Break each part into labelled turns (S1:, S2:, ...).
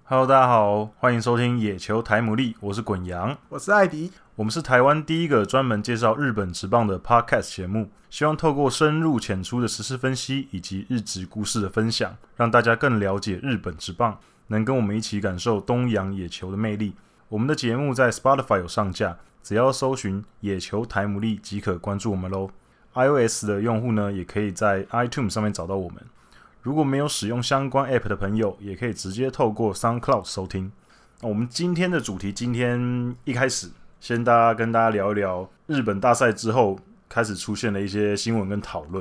S1: Hello， 大家好，欢迎收听野球台牡蛎，我是滚羊，
S2: 我是艾迪。
S1: 我们是台湾第一个专门介绍日本职棒的 Podcast 节目，希望透过深入浅出的时事分析以及日职故事的分享，让大家更了解日本职棒，能跟我们一起感受东洋野球的魅力。我们的节目在 Spotify 有上架，只要搜寻野球台牡蛎即可关注我们咯。iOS 的用户呢，也可以在 iTunes 上面找到我们。如果没有使用相关 App 的朋友，也可以直接透过 SoundCloud 收听。我们今天的主题，今天一开始先跟大家聊一聊日本大赛之后开始出现的一些新闻跟讨论。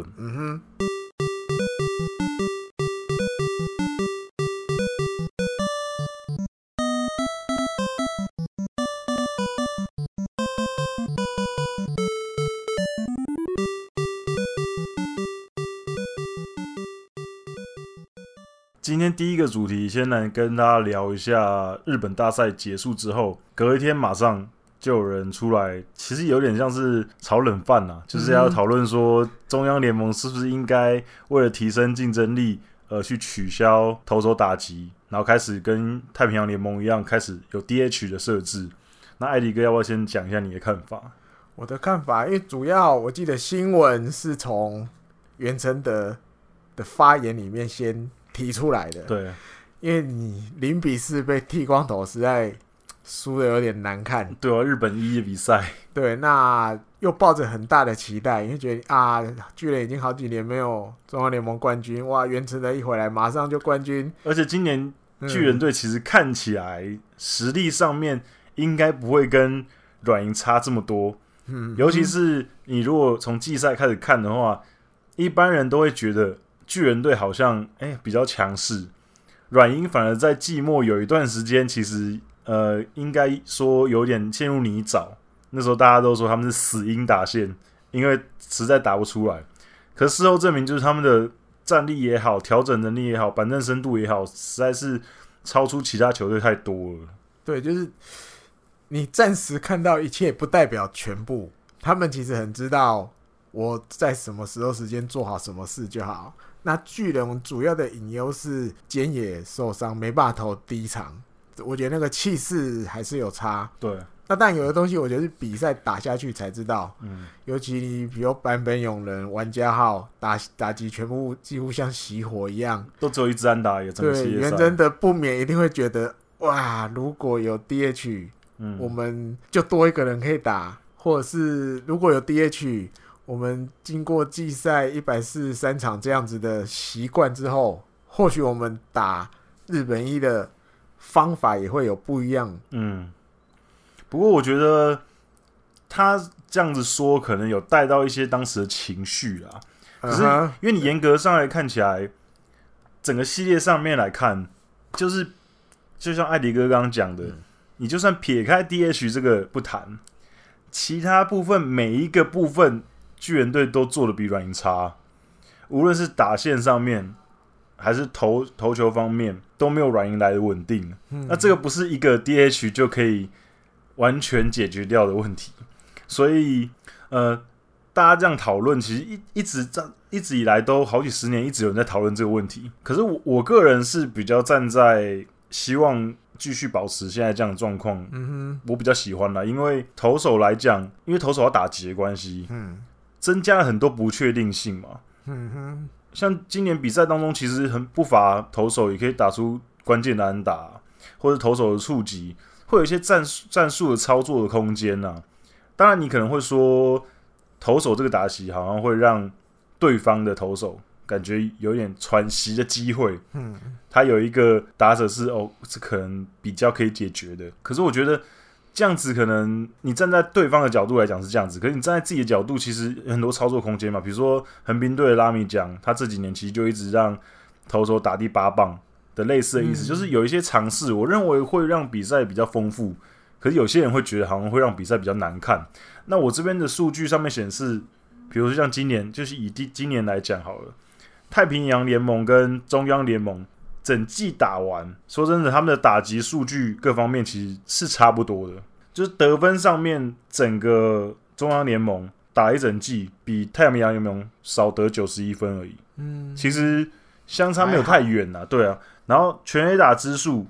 S1: 今天第一个主题，先来跟大家聊一下日本大赛结束之后，隔一天马上就有人出来，其实有点像是炒冷饭啦，就是要讨论说中央联盟是不是应该为了提升竞争力而去取消投手打击，然后开始跟太平洋联盟一样开始有 DH 的设置。那艾迪哥要不要先讲一下你的看法？
S2: 我的看法，因为主要我记得新闻是从袁成德的发言里面先提出来的。
S1: 对，
S2: 因为你0-4被剃光头，实在输的有点难看。
S1: 对啊，日本1的比赛。
S2: 对，那又抱着很大的期待，因为觉得巨人已经好几年没有中央联盟冠军，哇，袁成德一回来马上就冠军。
S1: 而且今年巨人队其实看起来实力上面应该不会跟软银差这么多。尤其是你如果从季赛开始看的话，一般人都会觉得巨人队好像比较强势，软银反而在季末有一段时间其实应该说有点陷入泥沼，那时候大家都说他们是死鹰打线，因为实在打不出来。可事后证明，就是他们的战力也好，调整能力也好，板凳深度也好，实在是超出其他球队太多了。
S2: 对，就是你暂时看到一切不代表全部，他们其实很知道我在什么时间做好什么事就好。那巨人主要的隐忧是菅野受伤没办法投第一场，我觉得那个气势还是有差。
S1: 对，
S2: 那但有的东西我觉得是比赛打下去才知道。尤其你比如坂本勇人、玩家号打击全部几乎像熄火一样，
S1: 都只有一支安打，也整个系列赛。
S2: 对，原真的不免一定会觉得，哇，如果有 DH，我们就多一个人可以打，或者是如果有 DH， 我们经过季赛143场这样子的习惯之后，或许我们打日本1的方法也会有不一样。
S1: 不过我觉得他这样子说，可能有带到一些当时的情绪啦。可是因为你严格上来看起来，整个系列上面来看，就像艾迪哥刚刚讲的，你就算撇开 DH 这个不谈，其他部分每一个部分巨人队都做得比软银差，无论是打线上面还是投球方面都没有软银来的稳定。那这个不是一个 DH 就可以完全解决掉的问题。所以大家这样讨论，其实一直以来都好几十年一直有人在讨论这个问题。可是我个人是比较站在希望继续保持现在这样的状况，我比较喜欢啦。因为投手来讲，因为投手要打击的关系，增加了很多不确定性嘛。像今年比赛当中，其实很不乏投手也可以打出关键的安打，或者投手的触及，会有一些战术的操作的空间啊。当然，你可能会说，投手这个打击好像会让对方的投手感觉有点喘息的机会。他有一个打者是这可能比较可以解决的。可是我觉得这样子，可能你站在对方的角度来讲是这样子，可是你站在自己的角度，其实有很多操作空间嘛。比如说横滨队的拉米讲，他这几年其实就一直让投手打第8棒的类似的意思，就是有一些尝试，我认为会让比赛比较丰富。可是有些人会觉得好像会让比赛比较难看。那我这边的数据上面显示，比如说像今年，就是以今年来讲好了，太平洋联盟跟中央联盟整季打完，说真的，他们的打击数据各方面其实是差不多的，就是得分上面，整个中央联盟打一整季比太平洋联盟少得91分而已。其实相差没有太远啦，对啊。然后全垒打支数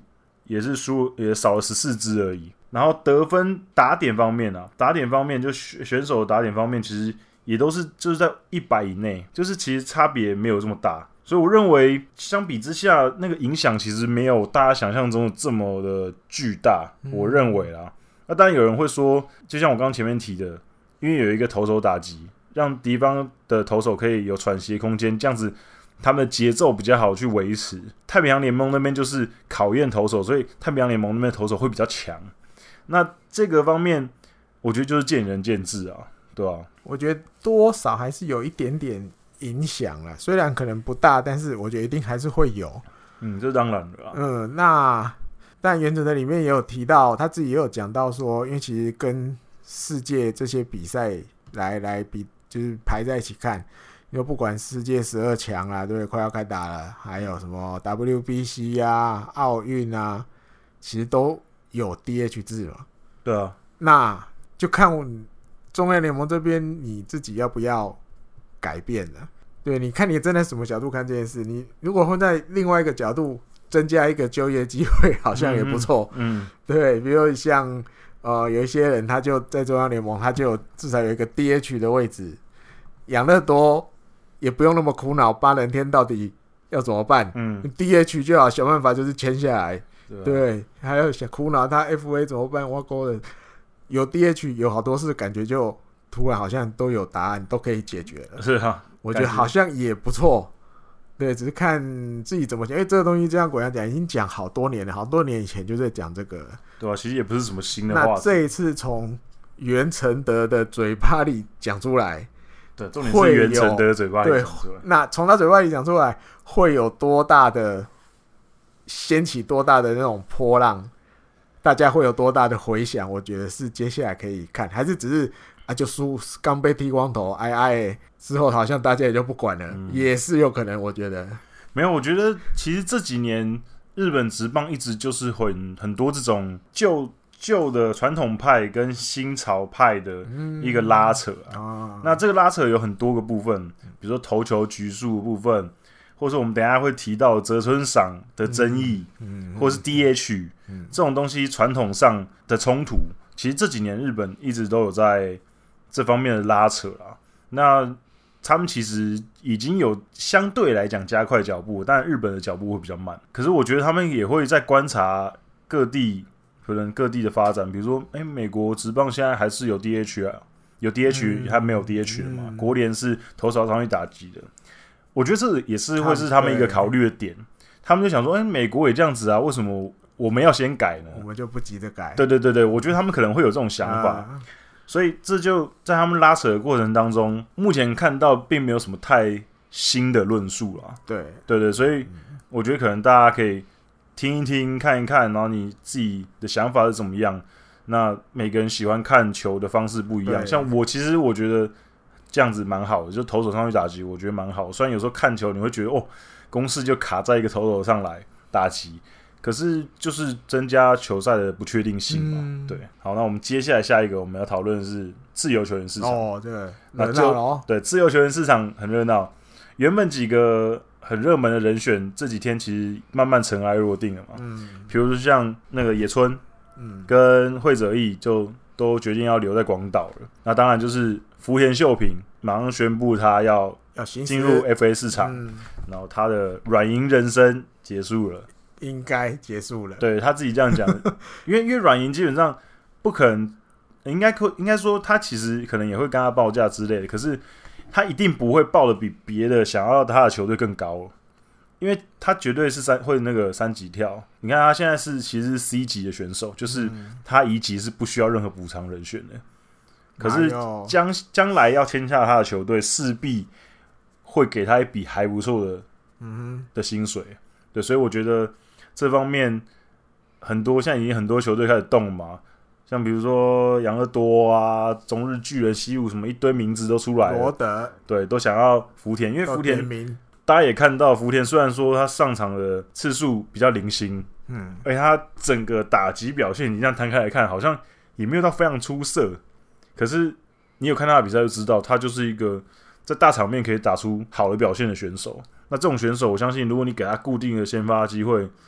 S1: 也少了14支而已。然后得分打点方面就选手的打点方面，其实也都是就是在100以内，就是其实差别没有这么大。所以我认为相比之下，那个影响其实没有大家想象中的这么的巨大。我认为啦，那当然有人会说，就像我刚刚前面提的，因为有一个投手打击，让敌方的投手可以有喘息的空间，这样子他们的节奏比较好去维持。太平洋联盟那边就是考验投手，所以太平洋联盟那边的投手会比较强。那这个方面，我觉得就是见仁见智啊，对吧？
S2: 我觉得多少还是有一点点影响啦，虽然可能不大，但是我觉得一定还是会有。
S1: 这当然了啦。
S2: 那但原则的里面也有提到，他自己也有讲到说，因为其实跟世界这些比赛来比，就是排在一起看，因为不管世界12强啦，对，快要开打了，还有什么 WBC 啊、奥运啊，其实都有 DH 制嘛。
S1: 对啊，
S2: 那就看中央联盟这边你自己要不要改变了。对，你看你站在什么角度看这件事，你如果会在另外一个角度增加一个就业机会，好像也不错。对，比如像有一些人他就在中央联盟，他就至少有一个 DH 的位置，养乐多也不用那么苦恼8人天到底要怎么办。DH 就好，想办法就是签下来。对，还有想苦恼他 FA 怎么办，挖沟的有 DH 有好多事，感觉就突然好像都有答案，都可以解决了。
S1: 是啊，
S2: 我觉得好像也不错。对，只是看自己怎么讲。因为这个东西这样国家讲已经讲好多年了，好多年以前就在讲这个了。
S1: 对啊，其实也不是什么新的话题。
S2: 那这一次从袁成德的嘴巴里讲出来，
S1: 对，重点是袁成德的嘴巴里讲出来。
S2: 那从他嘴巴里讲出来，会有多大的掀起多大的那种波浪？大家会有多大的回响？我觉得是接下来可以看，还是只是就输刚被剃光头，之后好像大家也就不管了，也是有可能。我觉得
S1: 没有，我觉得其实这几年日本职棒一直就是很多这种旧的传统派跟新潮派的一个拉扯那这个拉扯有很多个部分，比如说投球局数的部分，或是我们等一下会提到泽村赏的争议，或是 DH 这种东西传统上的冲突，其实这几年日本一直都有在这方面的拉扯啦。那他们其实已经有相对来讲加快脚步，但日本的脚步会比较慢。可是我觉得他们也会在观察各地的发展，比如说，美国职棒现在还是有 DH 啊，有 DH 还没有 DH 的嘛？国联是投手上去打击的，我觉得这也是会是他们一个考虑的点。他们就想说，美国也这样子啊，为什么我们要先改呢？
S2: 我们就不急着改。
S1: 对，我觉得他们可能会有这种想法。所以这就在他们拉扯的过程当中，目前看到并没有什么太新的论述啦。对，所以我觉得可能大家可以听一听、看一看，然后你自己的想法是怎么样。那每个人喜欢看球的方式不一样，像其实我觉得这样子蛮好的，就投手上去打击，我觉得蛮好。虽然有时候看球你会觉得攻势就卡在一个投手上来打击。可是就是增加球赛的不确定性嘛，对。好，那我们接下来下一个我们要讨论的是自由球员市场。
S2: 这个热闹了
S1: 对，自由球员市场很热闹。原本几个很热门的人选，这几天其实慢慢尘埃落定了嘛。比如说像那个野村，跟会泽义就都决定要留在广岛了。那当然就是福田秀平马上宣布他要进入 FA 市场，然后他的软银人生结束了。
S2: 应该结束了，
S1: 对他自己这样讲，因为软银基本上不可能，应该说他其实可能也会跟他报价之类的，可是他一定不会报的比别的想要他的球队更高，因为他绝对是会那个3级跳。你看他现在其实是 C 级的选手，就是他移籍是不需要任何补偿人选的，可是将来要签下他的球队，势必会给他一笔还不错的薪水，对，所以我觉得。这方面现在已经很多球队开始动嘛，像比如说养乐多啊、中日巨人、西武什么一堆名字都出来了，
S2: 罗德
S1: 对，都想要福田，因为福田大家也看到，福田虽然说他上场的次数比较零星，而且他整个打击表现，你这样摊开来看，好像也没有到非常出色，可是你有看他的比赛就知道，他就是一个在大场面可以打出好的表现的选手。那这种选手，我相信如果你给他固定的先发机会，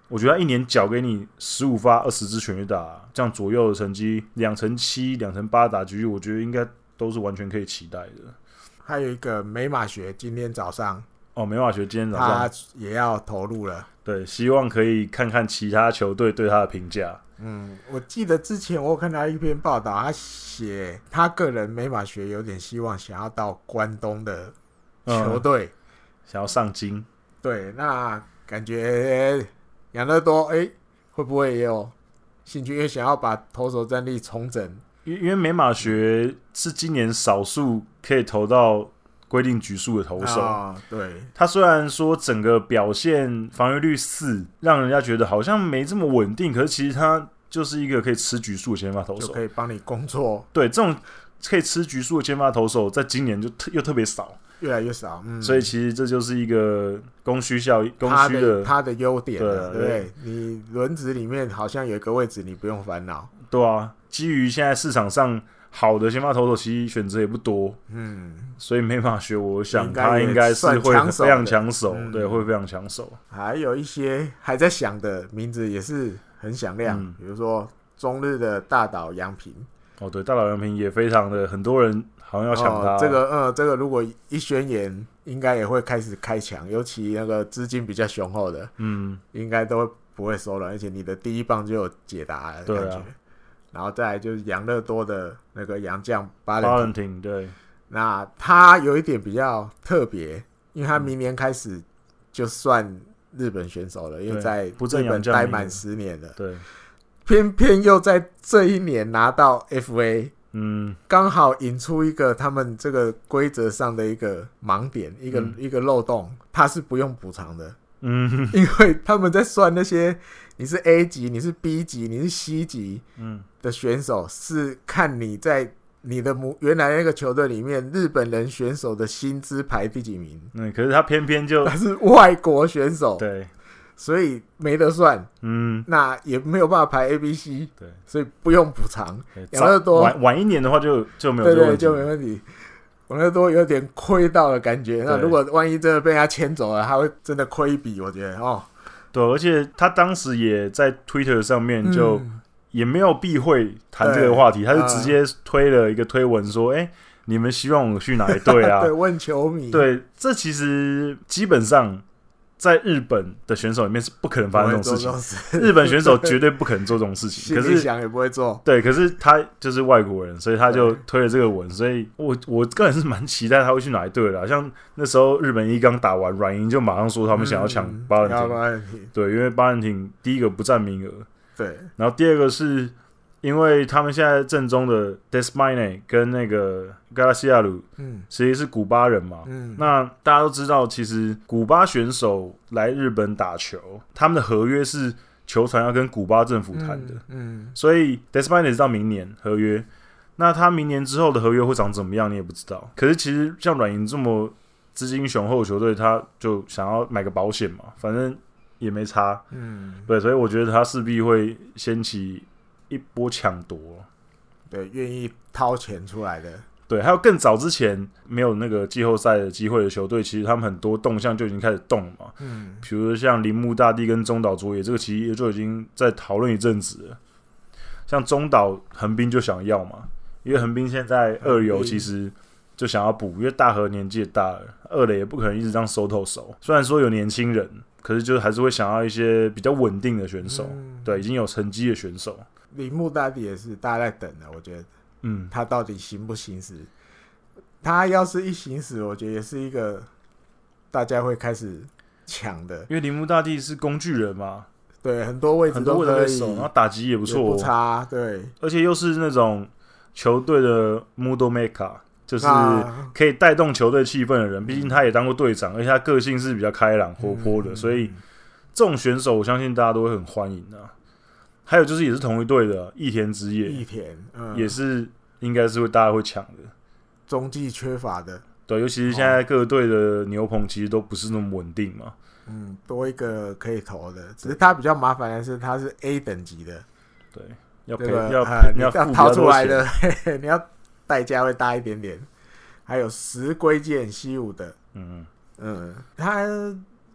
S1: 我觉得他一年缴给你15发20支全垒打，这样左右的成绩2成7、2成8打击率，我觉得应该都是完全可以期待的。
S2: 还有一个美马学今天早上
S1: 美马学今天早上
S2: 他也要投入了，
S1: 对，希望可以看看其他球队对他的评价。
S2: 我记得之前我有看到一篇报道，他写他个人美马学有点希望想要到关东的球队，
S1: 想要上京。
S2: 对，那感觉养乐多会不会也有兴趣，因为想要把投手战力重整？
S1: 因为美马学是今年少数可以投到规定局数的投手。
S2: 对，
S1: 他虽然说整个表现防御率4，让人家觉得好像没这么稳定，可是其实他就是一个可以吃局数的先发投手，
S2: 就可以帮你工作。
S1: 对，这种可以吃局数的先发投手，在今年就又特别少。
S2: 越来越少，
S1: 所以其实这就是一个供需效益，
S2: 它的优点，对，你轮子里面好像有一个位置你不用烦恼，
S1: 对啊。基于现在市场上好的先发投手，其实选择也不多，所以美马学，我想他应该是会非常抢手，对，会非常抢手。
S2: 还有一些还在想的名字也是很响亮，比如说中日的大岛洋平，
S1: 对，大岛洋平也非常的很多人。好像要抢他，
S2: 这个如果一宣言，应该也会开始开抢，尤其那个资金比较雄厚的，应该都不会收了，而且你的第一棒就有解答的感觉。然后再来就是养乐多的那个洋将巴伦廷，
S1: 对，
S2: 那他有一点比较特别，因为他明年开始就算日本选手了，因为在日本待满10年了，
S1: 对，
S2: 偏偏又在这一年拿到 FA。刚好引出一个他们这个规则上的一个盲点，一个漏洞，它是不用补偿的。因为他们在算那些你是 A 级、你是 B 级、你是 C 级的选手，是看你在你的原来那个球队里面日本人选手的薪资排第几名。
S1: 可是他偏偏他
S2: 是外国选手，
S1: 对。
S2: 所以没得算，那也没有办法排 A、B、C，
S1: 对，
S2: 所以不用补偿。养乐多
S1: 晚一年的话就没有这个问题，
S2: 就没问题。养乐多有点亏到的感觉，那如果万一真的被他牵走了，他会真的亏一笔，我觉得
S1: 对，而且他当时也在 Twitter 上面就也没有避讳谈这个话题，他就直接推了一个推文说：“你们希望我去哪一队啊？”
S2: 对，问球迷。
S1: 对，这其实基本上。在日本的选手里面是不可能发生这种事情，日本选手绝对不可能做这种事情，可是
S2: 想也不会做。
S1: 对，可是他就是外国人，所以他就推了这个文，所以我个人是蛮期待他会去哪一队的。像那时候日本一刚打完，软银就马上说他们想要抢巴伦廷，对，因为巴伦廷第一个不占名额，
S2: 对，
S1: 然后第二个是因为他们现在正中的 Desmine 跟那个 Garcialu 其实是古巴人嘛，那大家都知道，其实古巴选手来日本打球，他们的合约是球团要跟古巴政府谈的，所以 Desmine 是到明年合约，那他明年之后的合约会长怎么样，你也不知道。可是其实像软银这么资金雄厚的球队，他就想要买个保险嘛，反正也没差，对，所以我觉得他势必会掀起一波抢夺，
S2: 对，愿意掏钱出来的，
S1: 对，还有更早之前没有那个季后赛的机会的球队，其实他们很多动向就已经开始动了嘛，比如说像铃木大地跟中岛卓也，这个其实就已经在讨论一阵子了。像中岛横滨就想要嘛，因为横滨现在二游其实就想要补，因为大和年纪也大了，二垒也不可能一直这样收透手，虽然说有年轻人，可是就还是会想要一些比较稳定的选手，对，已经有成绩的选手。
S2: 铃木大地也是大家在等的，我觉得，他到底行不行使？他要是一行使，我觉得也是一个大家会开始抢的，
S1: 因为铃木大地是工具人嘛，
S2: 对，很多位置都可以，
S1: 然后打击也不错，
S2: 不差，对，
S1: 而且又是那种球队的 mood maker， 就是可以带动球队气氛的人，毕竟他也当过队长，而且他个性是比较开朗活泼的，所以这种选手我相信大家都会很欢迎的。还有就是也是同一队的益田直也，也是应该是大家会抢的，
S2: 中继缺乏的，
S1: 对，尤其是现在各队的牛棚其实都不是那么稳定嘛，
S2: 多一个可以投的，只是他比较麻烦的是他是 A 等级的，
S1: 对，要
S2: 你要掏出来的，你要代价会大一点点，还有10归键西武的，他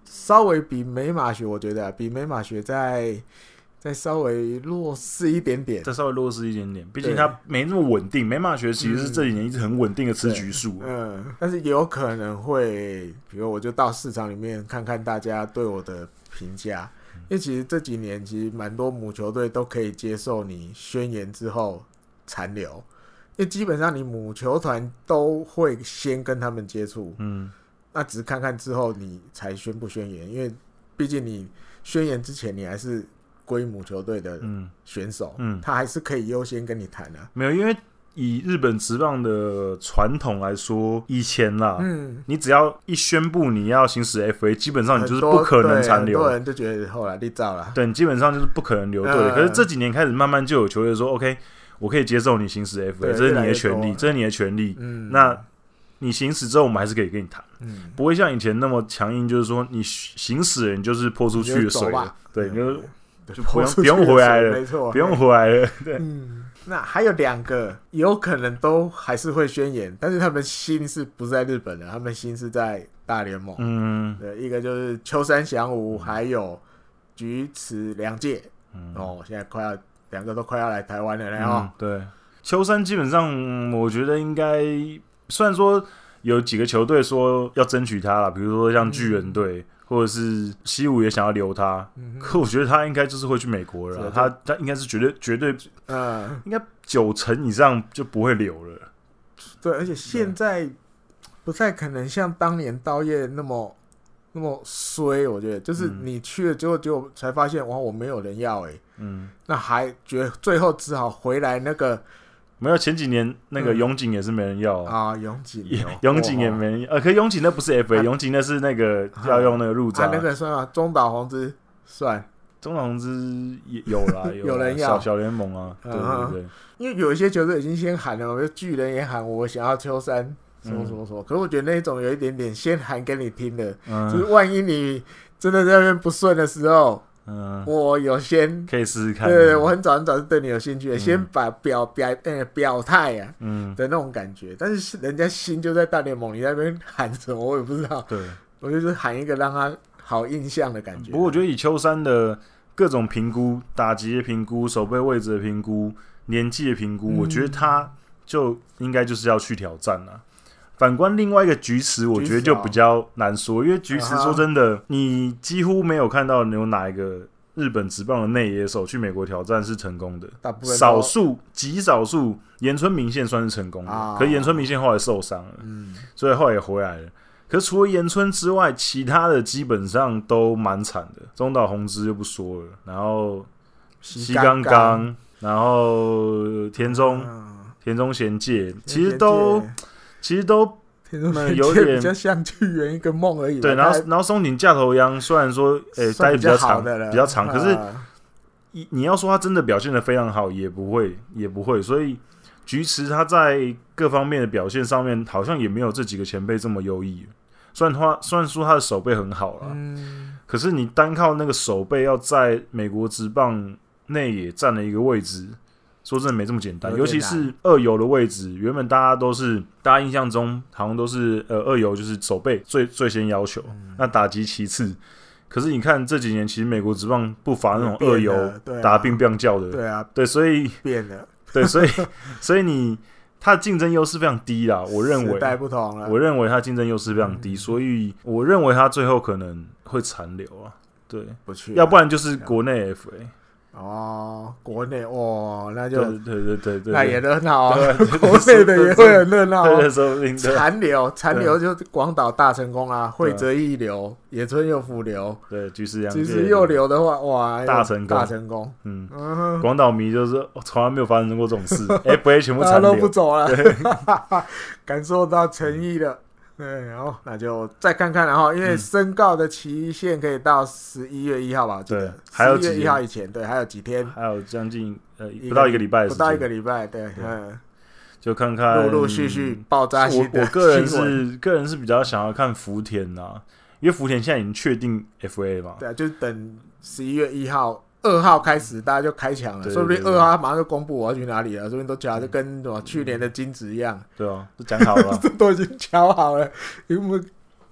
S2: 稍微比美马学，我觉得比美马学再稍微弱势一点点，
S1: 再稍微弱势一点点，毕竟它没那么稳定。美马学其实是这几年一直很稳定的吃局数，
S2: 但是有可能会，比如我就到市场里面看看大家对我的评价，因为其实这几年其实蛮多母球队都可以接受你宣言之后残留，因为基本上你母球团都会先跟他们接触，那只是看看之后你才宣不宣言，因为毕竟你宣言之前你还是归母球队的选手，他还是可以优先跟你谈啊。
S1: 没有，因为以日本职棒的传统来说，以前啦，你只要一宣布你要行使 FA， 基本上你就是不可能残留。
S2: 很多人就觉得后来立照了，
S1: 对，你基本上就是不可能留队。可是这几年开始，慢慢就有球队说 ，OK， 我可以接受你行使 FA， 这是你的权利，这是你的权利。那你行使之后，我们还是可以跟你谈，不会像以前那么强硬，就是说你行使了，你就是泼出去的水了，对，就不用回来了，
S2: 没错，
S1: 不用回来了。对，
S2: 那还有2个有可能都还是会宣言，但是他们心是不在日本的，他们心是在大联盟。对，一个就是秋山翔吾，还有菊池良介。现在2个都快要来台湾了，然后
S1: 对，秋山基本上我觉得应该，虽然说有几个球队说要争取他啦，比如说像巨人队。或者是西武也想要留他，可我觉得他应该就是会去美国了。他应该是绝对，应该90%以上就不会留了。
S2: 对，而且现在不太可能像当年刀叶那么衰，我觉得就是你去了结果才发现，哇，我没有人要那还觉得最后只好回来那个。
S1: 没有，前几年那个永井也是没人要
S2: 啊，永井
S1: 也没人要，可永井那不是 FA，永井那是那个要用那个入闸，
S2: 那个算吗？中岛宏之算，
S1: 中岛宏之也有啦，
S2: 有人要
S1: 小联盟啊，对对对，
S2: 因为有一些球队已经先喊了，巨人也喊我想要秋山，什么，可是我觉得那种有一点点先喊给你听的，就是万一你真的在那边不顺的时候。我有先
S1: 可以试试看，
S2: 对，我很早是对你有兴趣的，先把表态啊，的那种感觉，但是人家心就在大联盟，你在那边喊什么我也不知道，对，我就是喊一个让他好印象的感觉。
S1: 不过我觉得以秋山的各种评估，打击的评估、守备位置的评估、年纪的评估，我觉得他就应该就是要去挑战了。反观另外一个菊池，我觉得就比较难说，因为菊池说真的，你几乎没有看到有哪一个日本职棒的内野手去美国挑战是成功的，极少数，岩村明宪算是成功的，可是岩村明宪后来受伤了，所以后来也回来了。可是除了岩村之外，其他的基本上都蛮惨的，中岛宏之就不说了，然后西刚刚，然后田中贤介，其实都有点
S2: 比较像巨人一个梦而已。
S1: 对，然后松井架头央虽然说待比较长，可是你要说他真的表现得非常好，也不会。所以菊池他在各方面的表现上面，好像也没有这几个前辈这么优异。虽然说他的手背很好啦，可是你单靠那个手背要在美国职棒内野占了一个位置。说真的没这么简单，尤其是二游的位置，原本大家印象中好像都是二游就是手背最先要求，那打击其次。可是你看这几年，其实美国职棒不乏那种二游打乒乓叫的，
S2: 对啊，
S1: 对，所以
S2: 变了，
S1: 对，所以他的竞争优势非常低啦，我认为
S2: 时代不同了，
S1: 我认为他竞争优势非常低，所以我认为他最后可能会残留啊，对，
S2: 不去，
S1: 要不然就是国内 FA。
S2: 国内那就
S1: 对，
S2: 那也热闹啊，国内的也会很热闹啊。残留就广岛大成功啦，惠泽一流，野村佑辅流，
S1: 对，菊池
S2: 又流的话，哇，
S1: 大成功，广岛迷就是从来没有发生过这种事，FA 全部残留，
S2: 大家都不走了，感受到诚意了。对，然后那就再看看，然后因为申告的期限可以到11月1号吧，对，
S1: 还有
S2: 11月1号以前，对，还有几天，
S1: 还有将近不到一个礼拜，
S2: 对，
S1: 就看看
S2: 陆续爆炸性的。
S1: 我个人是比较想要看福田啦，因为福田现在已经确定 FA 嘛，
S2: 对啊，就是等11月1号。2号开始大家就开抢了，说不定2号马上就公布我要去哪里了，说不定都讲就跟去年的金子一样。
S1: 对啊，都讲好了，
S2: 都已经敲好了。因为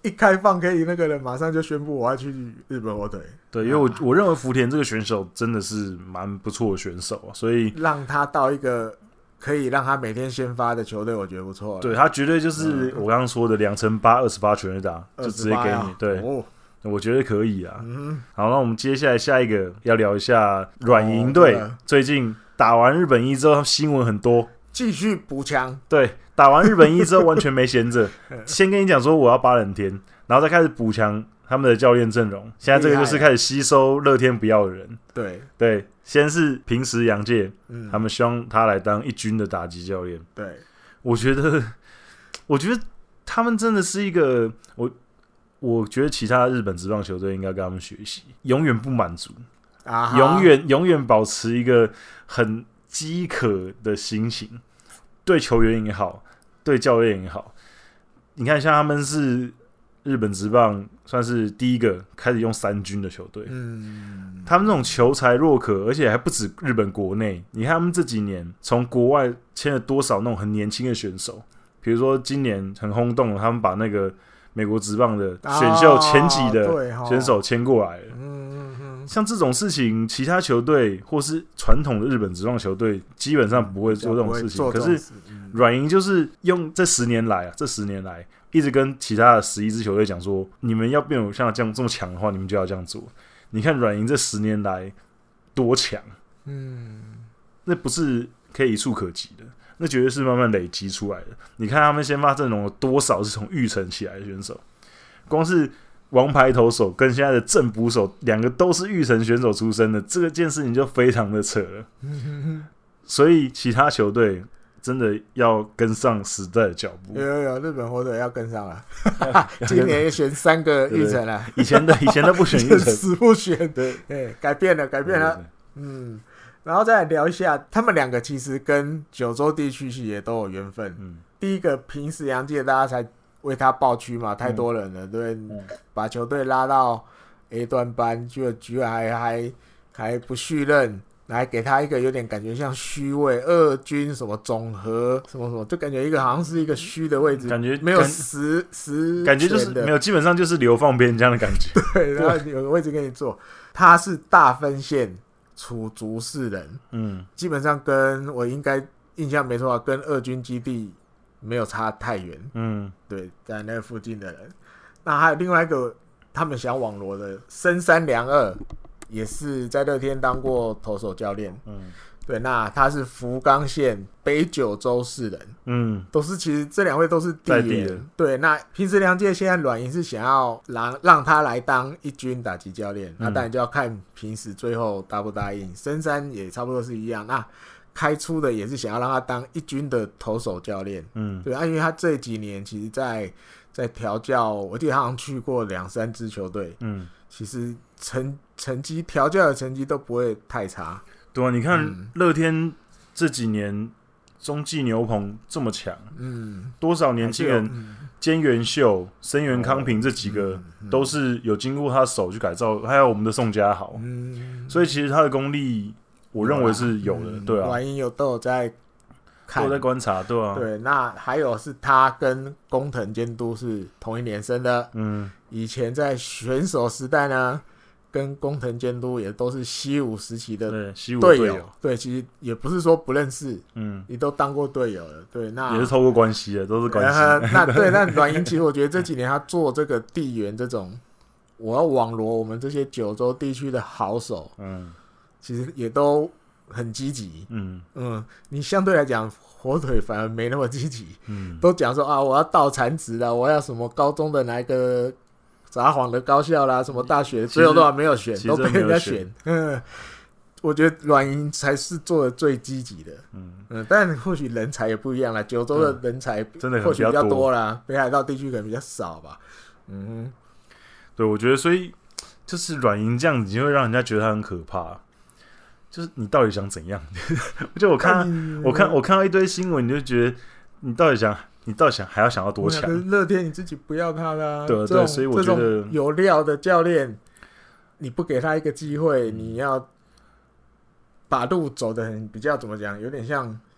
S2: 一开放可以那个人马上就宣布我要去日本火腿。
S1: 对，因为我认为福田这个选手真的是蛮不错的选手啊，所以
S2: 让他到一个可以让他每天先发的球队，我觉得不错了。
S1: 对，他绝对就是我刚刚说的2×8，28全垒打，就直接给你。对，我觉得可以啊。好，那我们接下来下一个要聊一下软银队，最近打完日本一之后，新闻很多，
S2: 继续补强。
S1: 对，打完日本一之后完全没闲着，先跟你讲说我要8人天，然后再开始补强他们的教练阵容。现在这个就是开始吸收乐天不要的人。对，先是平时洋介，他们希望他来当一军的打击教练。
S2: 对，
S1: 我觉得他们真的是一个我觉得其他日本职棒球队应该跟他们学习，永远不满足，永远保持一个很饥渴的心情，对球员也好，对教练也好。你看，像他们是日本职棒算是第一个开始用3军的球队，他们这种求才若渴，而且还不止日本国内。你看他们这几年从国外签了多少那种很年轻的选手，比如说今年很轰动，他们把那个美国职棒的选秀前几的选手签过来了。像这种事情，其他球队或是传统的日本职棒球队基本上不会做这种事情。可是软银就是用这10年来一直跟其他的11支球队讲说，你们要变有像这么强的话，你们就要这样做。你看软银这10年来多强，那不是可以一触可及的，那绝对是慢慢累积出来的。你看他们先发阵容有多少是从育成起来的选手，光是王牌投手跟现在的正捕手2个都是育成选手出身的，这件事情就非常的扯了。所以其他球队真的要跟上时代的脚步。
S2: 有，日本火腿要跟上了。今年选3个育成了，
S1: 以前的不选育成，
S2: 死不选。
S1: 对，
S2: 改变了。然后再来聊一下，他们2个其实跟九州地区也都有缘分。第一个平时洋界大家才为他抱屈嘛，太多人了，对，把球队拉到 A 段班，就居然还不续任。来给他一个有点感觉像虚位2军什么总和什么，就感觉一个好像是一个虚的位置，
S1: 感觉
S2: 没有实
S1: 感觉就是没有，基本上就是流放边这样的感觉。
S2: 对，然后有个位置给你做，他是大分县处竹市人，基本上跟我应该印象没错，跟2军基地没有差太远，对，在那个附近的人。那还有另外一个他们想网罗的深山良二。也是在乐天当过投手教练，对，那他是福冈县北九州市人，都是其实这2位都是地缘，对，那平时良介现在软银是想要让他来当一军打击教练，那当然就要看平时最后答不答应。深山也差不多是一样，那开出的也是想要让他当一军的投手教练，对，因为他这几年其实在调教，我记得他好像去过2-3支球队，其实成绩调教的成绩都不会太差。
S1: 对啊，你看乐天这几年中继牛棚这么强，多少年轻人，菅原秀、森原康平这几个都是有经过他手去改造，还有我们的宋家豪，所以其实他的功力，我认为是有的，对啊，
S2: 软银都有在看，
S1: 都有在观察，对啊，
S2: 对，那还有是他跟工藤监督是同一年生的，以前在选手时代呢。跟工藤监督也都是西武时期的队友，对，其实也不是说不认识，也都当过队友了，对，那
S1: 也是透过关系的，都是关系。
S2: 那软银其实我觉得这几年他做这个地缘这种，我要网罗我们这些九州地区的好手，其实也都很积极，你相对来讲火腿反而没那么积极，都讲说啊，我要倒产值啦，我要什么高中的哪一个。札幌的高校啦，什么大学，最后都还没有选，都被人家选。我觉得软银才是做的最积极的。但或许人才也不一样啦，九州的人才真的或许比较多啦，北海道地区可能比较少吧。
S1: 对，我觉得所以就是软银这样子，就会让人家觉得他很可怕。就是你到底想怎样？就我看到一堆新闻，你就觉得你到底想还要想要多强？可是
S2: 乐天你自己不要他啦，
S1: 对，所以我觉得
S2: 有料的教练，你不给他一个机会，你要把路走得很比较怎么讲，有点像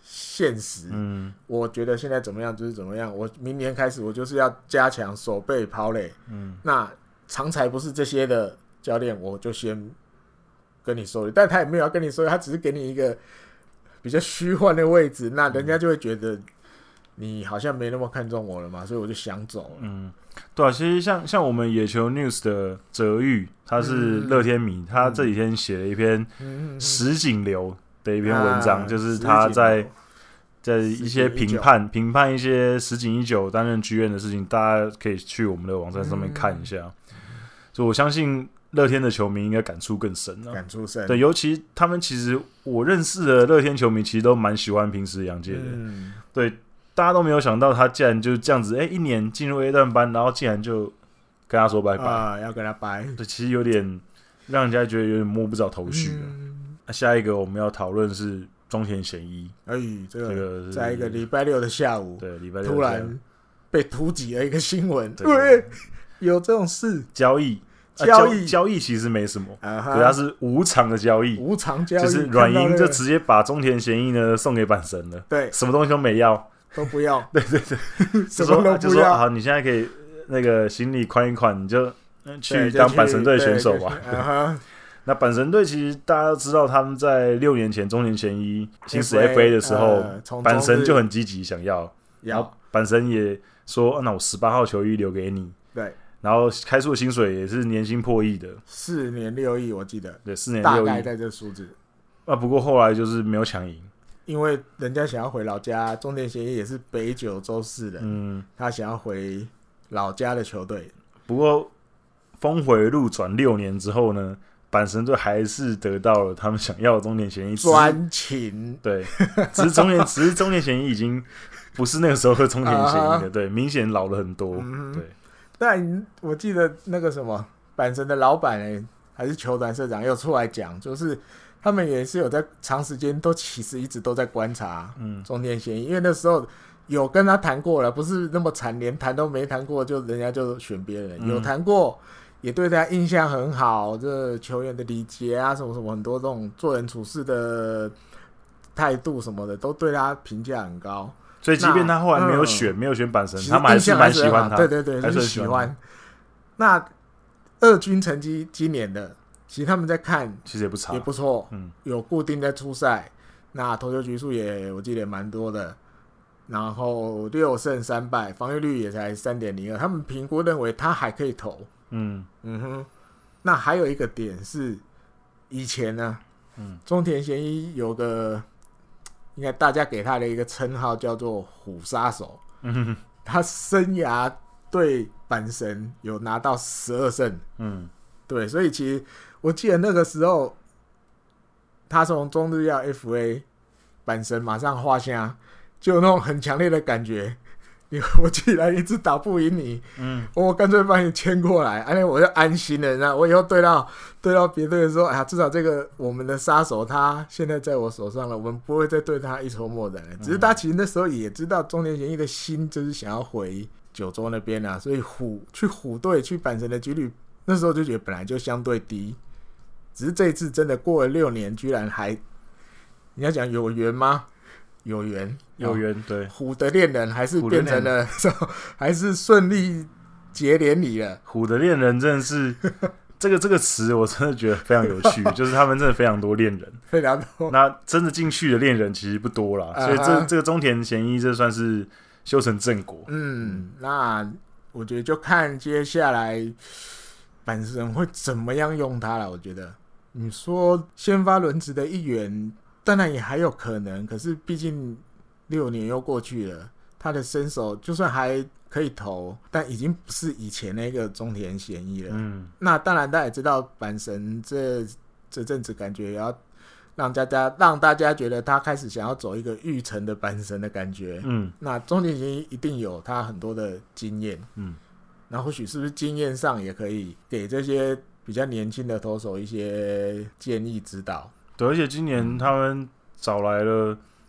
S2: 现实。我觉得现在怎么样就是怎么样，我明年开始我就是要加强守备跑垒。那长才不是这些的教练，我就先跟你收，但他也没有要跟你收，他只是给你一个比较虚幻的位置，那人家就会觉得你好像没那么看重我了嘛，所以我就想走了。
S1: 对啊，其实像我们野球 news 的哲玉，他是乐天迷，他这几天写了一篇石井流的一篇文章，就是他在一些评判一些石井一久担任剧院的事情，大家可以去我们的网站上面看一下。所以我相信乐天的球迷应该感触更深
S2: 感触深。
S1: 对，尤其他们其实我认识的乐天球迷其实都蛮喜欢平时洋介的。对。大家都没有想到，他竟然就这样子，一年进入 A 段班，然后竟然就跟他说拜拜
S2: 要跟他拜。
S1: 对，其实有点让人家觉得有点摸不着头绪下一个我们要讨论是中田贤一。
S2: 这个在一个礼拜六的下午，
S1: 对，礼拜六
S2: 突然被突击了一个新闻，对，有这种事。
S1: 交易其实没什么，对，它是无偿的交易，
S2: 无偿交易，
S1: 就是软银就直接把中田贤一呢送给阪神了，
S2: 对，
S1: 什么东西都没要。
S2: 都不要，
S1: 对，
S2: 什么都不要。
S1: 就说好，你现在可以那个行李宽一宽，你就去当阪神队选手吧。那阪神队其实大家都知道，他们在6年前中田贤一行使 FA 的时候，阪神就很积极想要，然后阪神也说，那我18号球衣留给你。
S2: 对，
S1: 然后开出的薪水也是年薪破亿的
S2: ，4年6亿，我记得。
S1: 对，4年6亿，
S2: 大概在这数字。
S1: 不过后来就是没有抢赢。
S2: 因为人家想要回老家，中田贤一也是北九州市的，他想要回老家的球队。
S1: 不过峰回路转6年之后呢，阪神队还是得到了他们想要的中田贤一。
S2: 专情。
S1: 对，只是中田贤一已经不是那个时候的中田贤一了，对，明显老了很多。对，
S2: 但我记得那个什么阪神的老板还是球团社长又出来讲，就是他们也是有在长时间都其实一直都在观察中田贤一，因为那时候有跟他谈过了，不是那么惨，连谈都没谈过，就人家就选别人，有谈过，也对他印象很好，这球员的礼节啊，什么什么很多这种做人处事的态度什么的，都对他评价很高。
S1: 所以即便他后来没有选阪神，他们还是蛮喜欢他，
S2: 对，还是喜欢。那二军成绩今年的。其实他们在看，
S1: 其实也不差，
S2: 也不错，有固定在出赛，那投球局数我记得也蛮多的，然后6胜3败，防御率也才 3.02， 他们评估认为他还可以投，那还有一个点是，以前呢，中田贤一有个，应该大家给他的一个称号叫做虎杀手，他生涯对阪神有拿到12胜，对，所以其实我记得那个时候，他从中日要 FA， 阪神马上画下，就有那种很强烈的感觉。我既然一直打不赢你，我干脆把你签过来，我就安心了。那我以后对到别队的时候，至少这个我们的杀手他现在在我手上了，我们不会再对他一筹莫展了。只是他其实那时候也知道中田贤一的心就是想要回九州那边啊，所以虎队去阪神的几率。那时候就觉得本来就相对低，只是这一次真的过了6年，居然还，你要讲有缘吗？有缘，
S1: 对，
S2: 虎的恋人还是变成了，还是顺利结连理了。
S1: 虎的恋人真的是这个词，我真的觉得非常有趣，就是他们真的非常多恋人，
S2: 非常多。
S1: 那真的进去的恋人其实不多啦，所以这个中田贤一这算是修成正果。
S2: 那我觉得就看接下来阪神会怎么样用他了。我觉得你说先发轮值的一员，当然也还有可能，可是毕竟6年又过去了，他的身手就算还可以投，但已经不是以前那个中田贤一了。那当然大家也知道阪神这阵子感觉也要让大家觉得他开始想要走一个育成的阪神的感觉。那中田贤一一定有他很多的经验。那或许是不是经验上也可以给这些比较年轻的投手一些建议指导。
S1: 对，而且今年他们找来了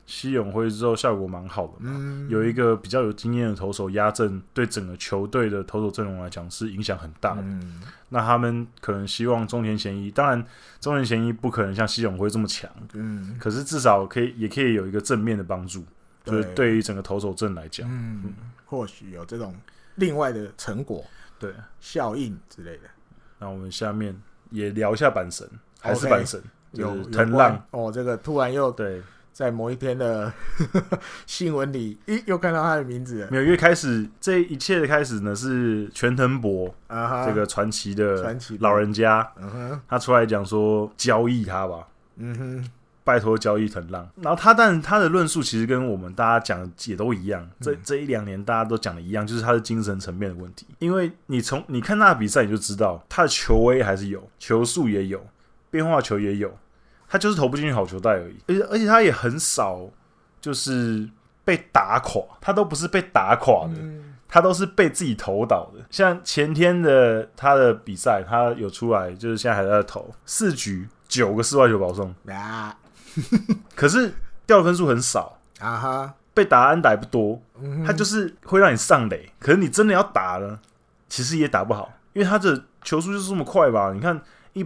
S1: 西永辉之后效果蛮好的嘛，有一个比较有经验的投手压阵，对整个球队的投手阵容来讲是影响很大的。那他们可能希望中田贤一，当然中田贤一不可能像西永辉这么强，可是至少也可以有一个正面的帮助，就是对于整个投手阵来讲，
S2: 或许有这种另外的成果，
S1: 对
S2: 效应之类的。
S1: 那我们下面也聊一下阪神，还是阪神，就是藤浪
S2: 这个突然又
S1: 对。
S2: 在某一天的新闻里，又看到他的名字了。
S1: 没有，因为开始这一切的开始呢，是全藤博这个传奇的老人家，他出来讲说交易他吧，拜托交易藤浪。然后但他的论述其实跟我们大家讲的也都一样，这一两年大家都讲的一样，就是他的精神层面的问题。因为你看他的比赛，你就知道他的球威还是有，球速也有，变化球也有。他就是投不进去好球带而已，而且他也很少就是被打垮，他都不是被打垮的，他都是被自己投倒的。像前天的他的比赛，他有出来，就是现在还在投4局9个室外球保送，可是掉的分数很少被打安打也不多，他就是会让你上垒，可是你真的要打了，其实也打不好，因为他的球速就是这么快吧？你看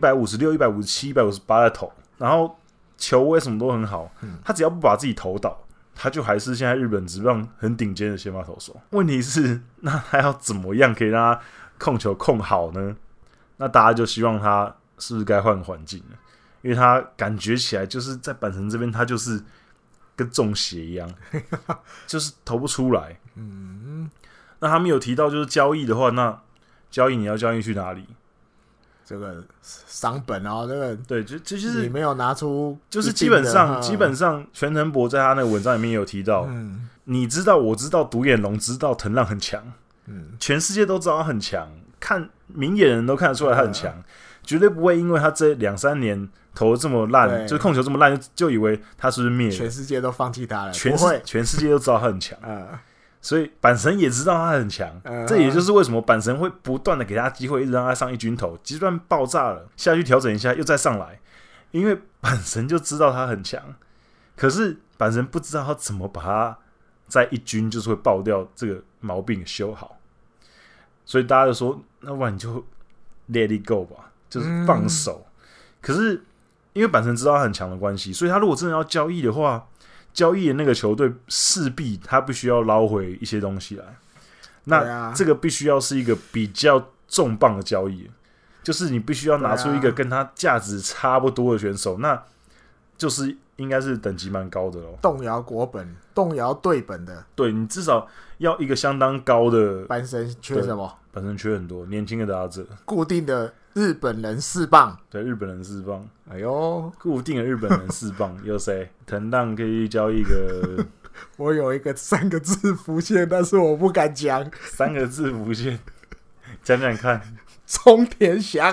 S1: 156、157、158在投。然后球威什么都很好，他只要不把自己投倒，他就还是现在日本职棒很顶尖的先发投手。问题是，那他要怎么样可以让他控球控好呢？那大家就希望他是不是该换环境了？因为他感觉起来就是在阪神这边，他就是跟中邪一样，就是投不出来。那他们有提到就是交易的话，那交易你要交易去哪里？
S2: 这个伤本这个
S1: 对，就是
S2: 你没有拿出，
S1: 就是基本上全藤博在他那个文章里面有提到，你知道，我知道，独眼龙知道藤浪很强，全世界都知道他很强，看明眼人都看得出来他很强，绝对不会因为他这2-3年投的这么烂，就是控球这么烂，就以为他是不是灭了，
S2: 全世界都放弃他了，
S1: 全世界都知道他很强。所以阪神也知道他很强，这也就是为什么阪神会不断的给他机会，一直让他上一军投，即便爆炸了下去调整一下又再上来，因为阪神就知道他很强，可是阪神不知道他怎么把他在一军就是会爆掉这个毛病修好，所以大家就说，那不然你就 let it go 吧，就是放手。可是因为阪神知道他很强的关系，所以他如果真的要交易的话，交易的那个球队势必他必须要捞回一些东西来，那这个必须要是一个比较重磅的交易，就是你必须要拿出一个跟他价值差不多的选手，那就是应该是等级蛮高的咯，
S2: 动摇国本、动摇队本的，
S1: 对，你至少要一个相当高的。
S2: 阪神缺什么？
S1: 阪神缺很多年轻的打者，
S2: 固定的日本人4棒，
S1: 对，日本人4棒，
S2: 哎呦，
S1: 固定的日本人4棒，有谁？藤浪可以交易个，
S2: 我有一个3个字浮现，但是我不敢讲。
S1: 3个字浮现，讲讲看。
S2: 中田翔，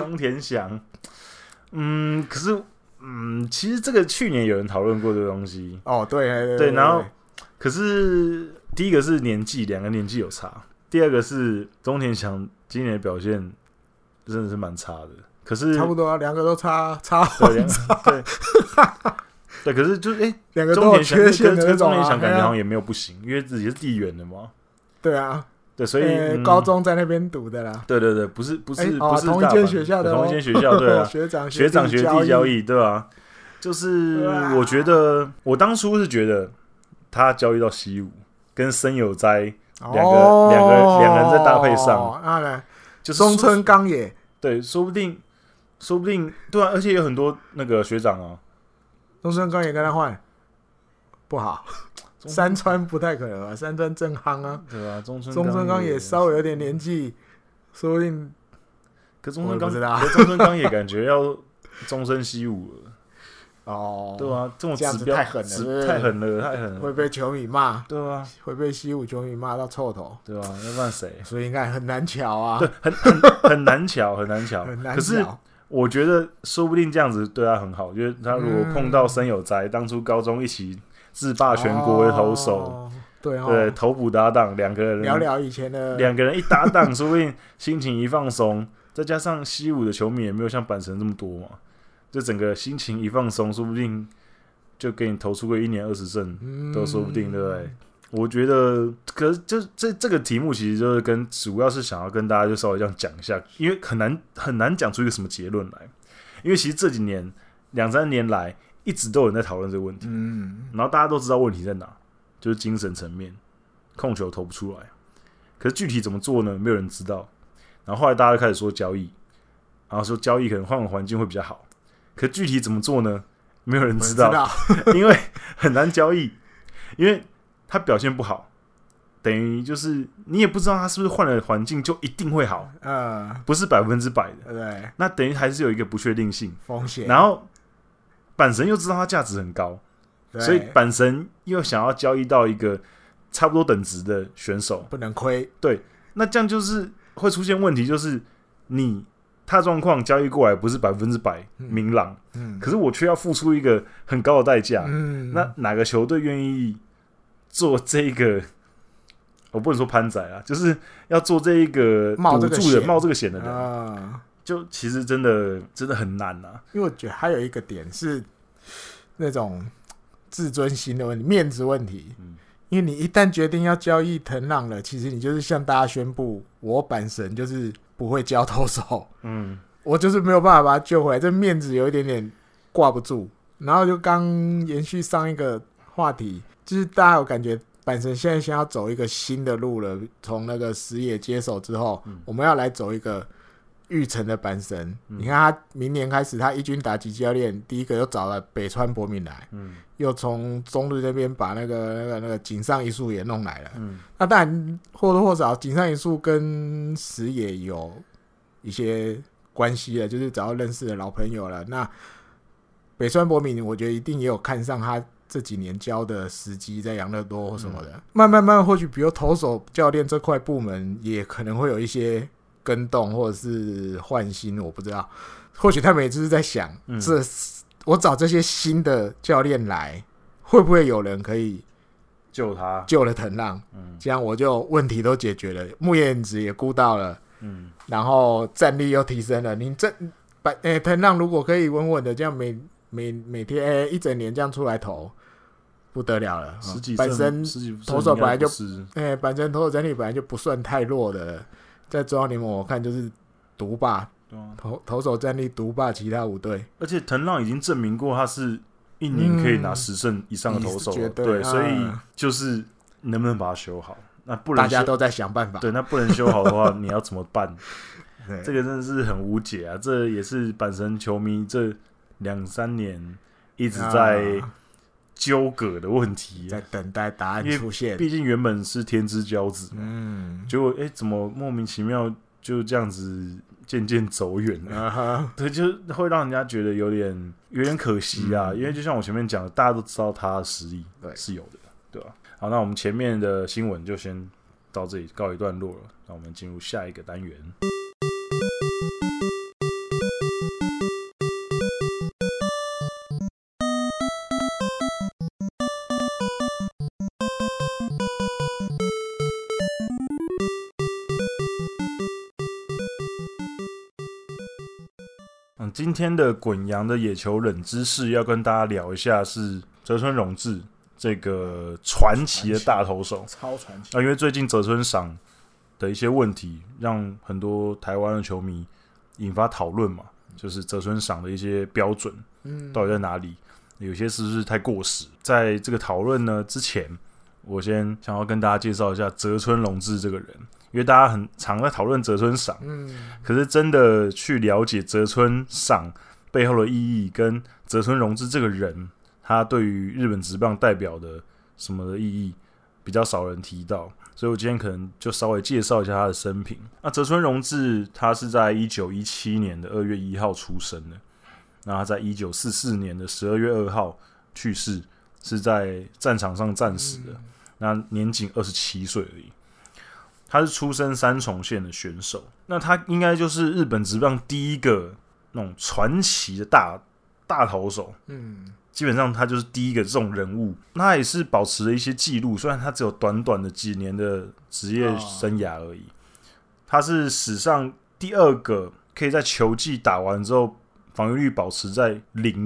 S1: 可是，其实这个去年有人讨论过这个东西。
S2: 对，
S1: 然后，可是第一个是年纪，两个年纪有差。第二个是中田翔今年的表现真的是蛮差的，可是
S2: 差不多2个都差
S1: 对，可是就是
S2: 2个都有缺陷的那种，
S1: 中田翔感觉好像也没有不行，因为自己是地缘的嘛。
S2: 对啊，
S1: 对，所以
S2: 高中在那边读的啦。
S1: 对，不是
S2: 同一间学校的，
S1: 同一间学校，对啊，
S2: 学长
S1: 学弟交易，对啊，就是我觉得我当初是觉得他交易到西武跟森友哉两个人再搭配上，就是
S2: 中村刚也，
S1: 对，说不定对啊，而且有很多那个学长啊，
S2: 中村刚也跟他换不好，山川不太可能啊，山川正夯啊，
S1: 对啊，中
S2: 村刚也稍微有点年纪，说不定，
S1: 可中村刚也感觉要终身西武了。对啊，这种指标
S2: 太狠了，
S1: 太狠了，
S2: 会被球迷骂，
S1: 对啊，
S2: 会被西武球迷骂到臭头，
S1: 对啊，要不然谁？
S2: 所以应该很难瞧啊，
S1: 对，很难瞧，很难瞧。可是我觉得说不定这样子对他很好，因为他如果碰到森友哉，当初高中一起制霸全国的投手，对，投捕搭档2个人
S2: 聊聊以前的
S1: 2个人一搭档，说不定心情一放松，再加上西武的球迷也没有像阪神这么多嘛。就整个心情一放松，说不定就给你投出个1年20胜都说不定，对不对？我觉得，可是就这个题目其实就是主要是想要跟大家就稍微这样讲一下，因为很难讲出一个什么结论来，因为其实这几年2-3年来一直都有人在讨论这个问题，然后大家都知道问题在哪，就是精神层面，控球投不出来，可是具体怎么做呢？没有人知道。然后后来大家就开始说交易，然后说交易可能换个环境会比较好，可具体怎么做呢？没有人知道，因为很难交易，因为他表现不好，等于就是你也不知道他是不是换了环境就一定会好，不是100%的，
S2: 对，
S1: 那等于还是有一个不确定性
S2: 风险。
S1: 然后阪神又知道他价值很高，所以阪神又想要交易到一个差不多等值的选手，
S2: 不能亏。
S1: 对，那这样就是会出现问题，就是他状况交易过来不是100%明朗，可是我却要付出一个很高的代价，那哪个球队愿意做这个？我不能说潘仔啊，就是要做这一个
S2: 冒这
S1: 个险的人，就其实真的很难啊。
S2: 因为我觉得还有一个点是那种自尊心的问题、面子问题。因为你一旦决定要交易藤浪了，其实你就是向大家宣布，我阪神就是不会交投手，我就是没有办法把他救回来，这面子有一点点挂不住。然后就刚延续上一个话题，就是大家有感觉阪神现在先要走一个新的路了，从那个石野接手之后，我们要来走一个育成的阪神。你看他明年开始，他一军打击教练第一个又找了北川博敏来，又从中日那边把那个井上一树也弄来了。那当然或多或少井上一树跟石野有一些关系了，就是找到认识的老朋友了。那北川博敏我觉得一定也有看上他这几年教的时机，在养乐多或什么的，慢慢或许比如投手教练这块部门也可能会有一些更动或者是换新，我不知道。或许他们也就是在想，我找这些新的教练来，会不会有人可以救了藤浪？这样我就问题都解决了，木彦子也估到了，然后战力又提升了。你藤浪如果可以稳稳的这样每天一整年这样出来投，不得了了。本身投手本来就本身投手战力本来就不算太弱的了，在中央联盟我看就是独霸，投手战力独霸其他5队。
S1: 而且藤浪已经证明过他是1年可以拿10胜以上的投手了，对，所以就是能不能把它修好？那不能
S2: 大家都在想办法。
S1: 对，那不能修好的话，你要怎么办？这个真的是很无解啊！这也是阪神球迷这2-3年一直在纠葛的问题，
S2: 在等待答案出现。
S1: 毕竟原本是天之骄子，结果怎么莫名其妙就这样子渐渐走远了？对，就会让人家觉得有点可惜啊。因为就像我前面讲的，大家都知道他的实力是有的，对吧？好，那我们前面的新闻就先到这里告一段落了。那我们进入下一个单元。今天的滚扬的野球冷知识要跟大家聊一下是泽村荣治这个传奇的大投手，
S2: 超传奇。
S1: 因为最近泽村赏的一些问题，让很多台湾的球迷引发讨论嘛，就是泽村赏的一些标准到底在哪里？有些是不是太过时？在这个讨论呢之前，我先想要跟大家介绍一下泽村荣治这个人。因为大家很常在讨论泽村赏，可是真的去了解泽村赏背后的意义，跟泽村荣治这个人，他对于日本职棒代表的什么的意义，比较少人提到，所以我今天可能就稍微介绍一下他的生平。那泽村荣治他是在1917年的2月1号出生的，那他在1944年的12月2号去世，是在战场上战死的，那年仅27岁而已。他是出身三重县的选手，那他应该就是日本职棒第一个那种传奇的大投手，基本上他就是第一个这种人物。那他也是保持了一些记录，虽然他只有短短的几年的职业生涯而已。他是史上第2个可以在球季打完之后防御率保持在0的，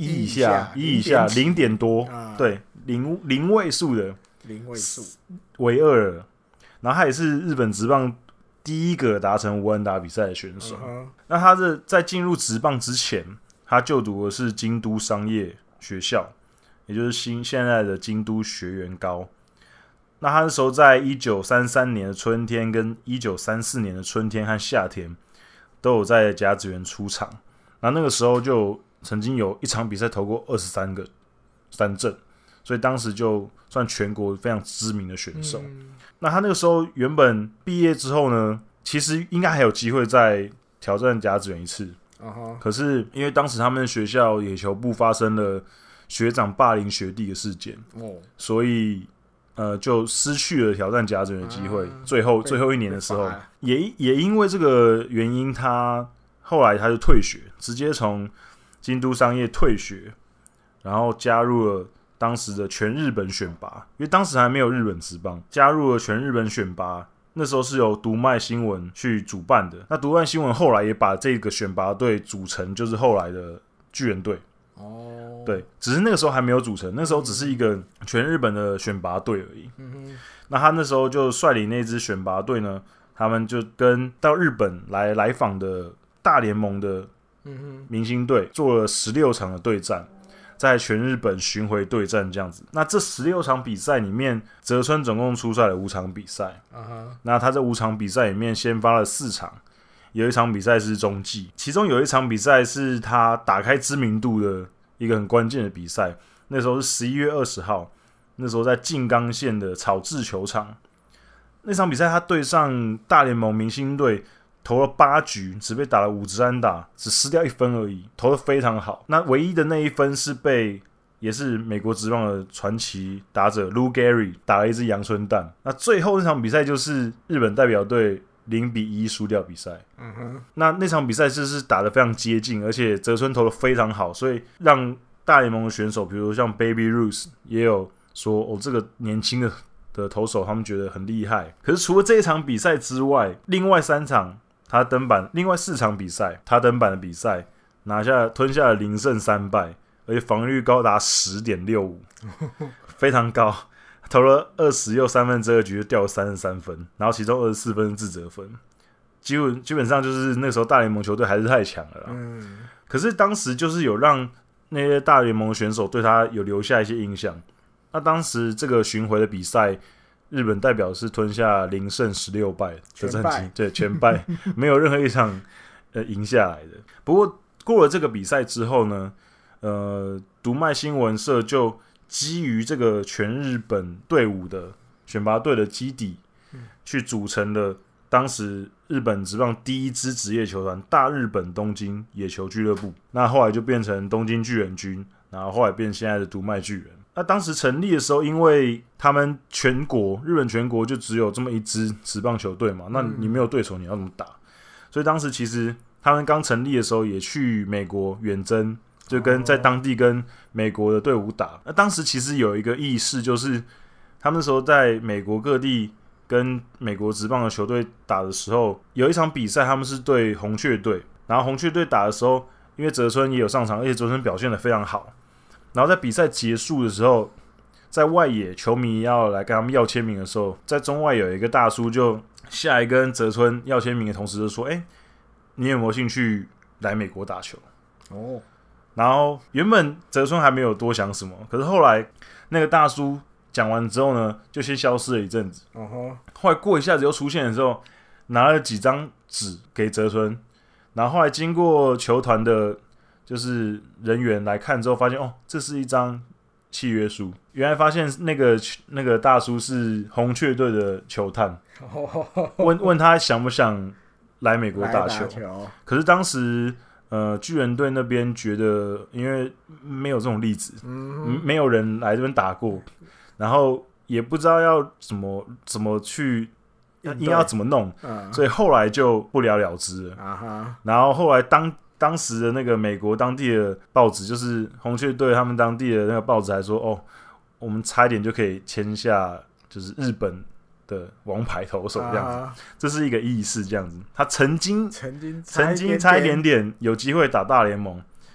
S1: 以下0点多，对，零位数的
S2: 0位数
S1: 唯二了。然后他也是日本职棒第一个达成无安打比赛的选手。那他在进入职棒之前，他就读的是京都商业学校，也就是现在的京都学园高。那他那时候在1933年的春天跟1934年的春天和夏天都有在甲子园出场。那个时候就曾经有一场比赛投过23个三振，所以当时就算全国非常知名的选手。那他那个时候原本毕业之后呢，其实应该还有机会再挑战甲子园一次。可是因为当时他们学校野球部发生了学长霸凌学弟的事件，所以就失去了挑战甲子园的机会。最后一年的时候，也因为这个原因，后来他就退学，直接从京都商业退学，然后加入了当时的全日本选拔，因为当时还没有日本职棒，加入了全日本选拔。那时候是由读卖新闻去主办的。那读卖新闻后来也把这个选拔队组成，就是后来的巨人队。对，只是那个时候还没有组成，那时候只是一个全日本的选拔队而已。那他那时候就率领那支选拔队呢，他们就跟到日本来访的大联盟的明星队做了16场的对战，在全日本巡回对战这样子。那这16场比赛里面，泽村总共出赛了5场比赛。那他这5场比赛里面先发了4场，有一场比赛是中继，其中有一场比赛是他打开知名度的一个很关键的比赛。那时候是11月20号，那时候在静冈县的草治球场。那场比赛他对上大联盟明星队，投了8局，只被打了5支安打，只失掉1分而已，投得非常好。那唯一的那1分是也是美国职棒的传奇打者 Lou Gehrig 打了一支阳春蛋。那最后那场比赛就是日本代表队0-1输掉比赛。那场比赛就是打得非常接近，而且泽村投得非常好，所以让大联盟的选手，比如像 Baby Ruth 也有说，这个年轻的投手他们觉得很厉害。可是除了这一场比赛之外，另外4场比赛他登板的比赛吞下了0胜3败，而且防御率高达 10.65 非常高。投了20又2/3局就掉了33分，然后其中24分是自责分，基本上就是那时候大联盟球队还是太强了啦。可是当时就是有让那些大联盟选手对他有留下一些印象。那当时这个巡回的比赛，日本代表是吞下0胜16败的战绩，对，全败，没有任何一场赢下来的。不过过了这个比赛之后呢，读卖新闻社就基于这个全日本队伍的选拔队的基底，去组成了当时日本职棒第一支职业球团大日本东京野球俱乐部。那后来就变成东京巨人军，然后后来变现在的读卖巨人。那当时成立的时候，因为他们日本全国就只有这么一支职棒球队嘛，那你没有对手，你要怎么打？所以当时其实他们刚成立的时候，也去美国远征，就在当地跟美国的队伍打。那当时其实有一个意识，就是他们那时候在美国各地跟美国职棒的球队打的时候，有一场比赛他们是对红雀队，然后红雀队打的时候，因为泽村也有上场，而且泽村表现得非常好。然后在比赛结束的时候，在外野球迷要来跟他们要签名的时候，在中外有一个大叔就下来跟泽村要签名的同时就说：“你有没有兴趣来美国打球？”然后原本泽村还没有多想什么，可是后来那个大叔讲完之后呢，就先消失了一阵子。后来过一下子又出现的时候，拿了几张纸给泽村，然后后来经过球团的就是人员来看之后，发现这是一张契约书。原来发现那个大叔是红雀队的球探，问他想不想来美国打球。可是当时巨人队那边觉得，因为没有这种例子，没有人来这边打过，然后也不知道要怎么去，要怎么弄，所以后来就不了了之了。然后后来当时的那个美国当地的报纸，就是红雀队他们当地的那个报纸，还说我们差一点就可以签下就是日本的王牌投手这样子，这是一个意识这样子。他曾经差一点点有机会打大联盟，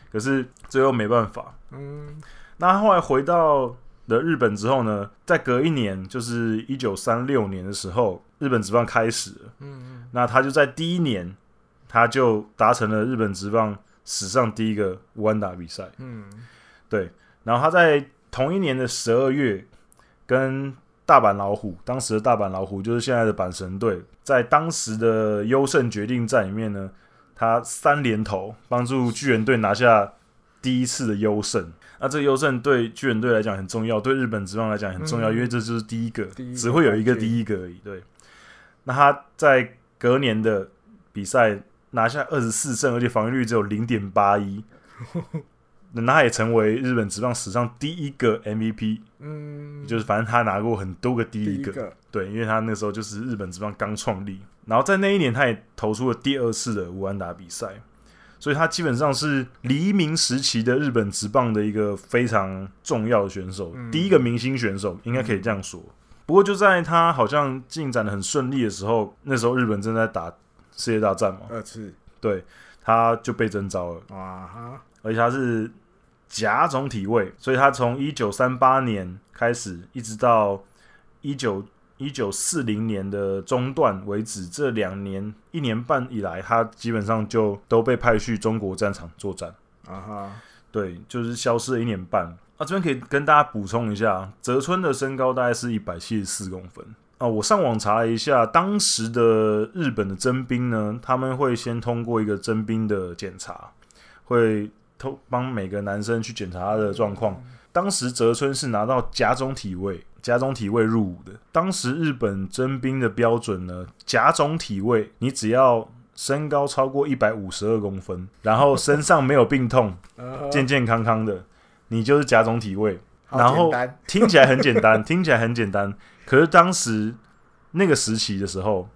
S1: 可是最后没办法。那他后来回到了日本之后呢，再隔一年，就是1936年的时候，日本职棒开始了。那他就在第一年，他就达成了日本职棒史上第一个无安打比赛。对。然后他在同一年的12月，跟大阪老虎，当时的大阪老虎就是现在的阪神队，在当时的优胜决定战里面呢，他3连投，帮助巨人队拿下第一次的优胜。那这个优胜对巨人队来讲很重要，对日本职棒来讲很重要，因为这就是第一个，只会有一个第一个而已。对。那他在隔年的比赛拿下24胜，而且防御率只有 0.81。那他也成为日本职棒史上第一个 MVP，就是反正他拿过很多个第一个，对，因为他那时候就是日本职棒刚创立，然后在那一年他也投出了第2次的无安打比赛，所以他基本上是黎明时期的日本职棒的一个非常重要的选手，第一个明星选手，应该可以这样说。不过就在他好像进展的很顺利的时候，那时候日本正在打世界大战嘛，2次，对，他就被征召了，而且他是甲种体位，所以他从1938年开始，一直到1940年的中段为止，这2年1年半以来，他基本上就都被派去中国战场作战。对，就是消失了1年半。这边可以跟大家补充一下，泽村的身高大概是174公分。我上网查了一下，当时的日本的征兵呢，他们会先通过一个征兵的检查，会帮每个男生去检查他的状况。当时泽村是拿到甲种体位入伍的。当时日本征兵的标准呢，甲种体位你只要身高超过152公分，然后身上没有病痛，健健康康的，你就是甲种体位。然后听起来很简单，可是当时那个时期的时候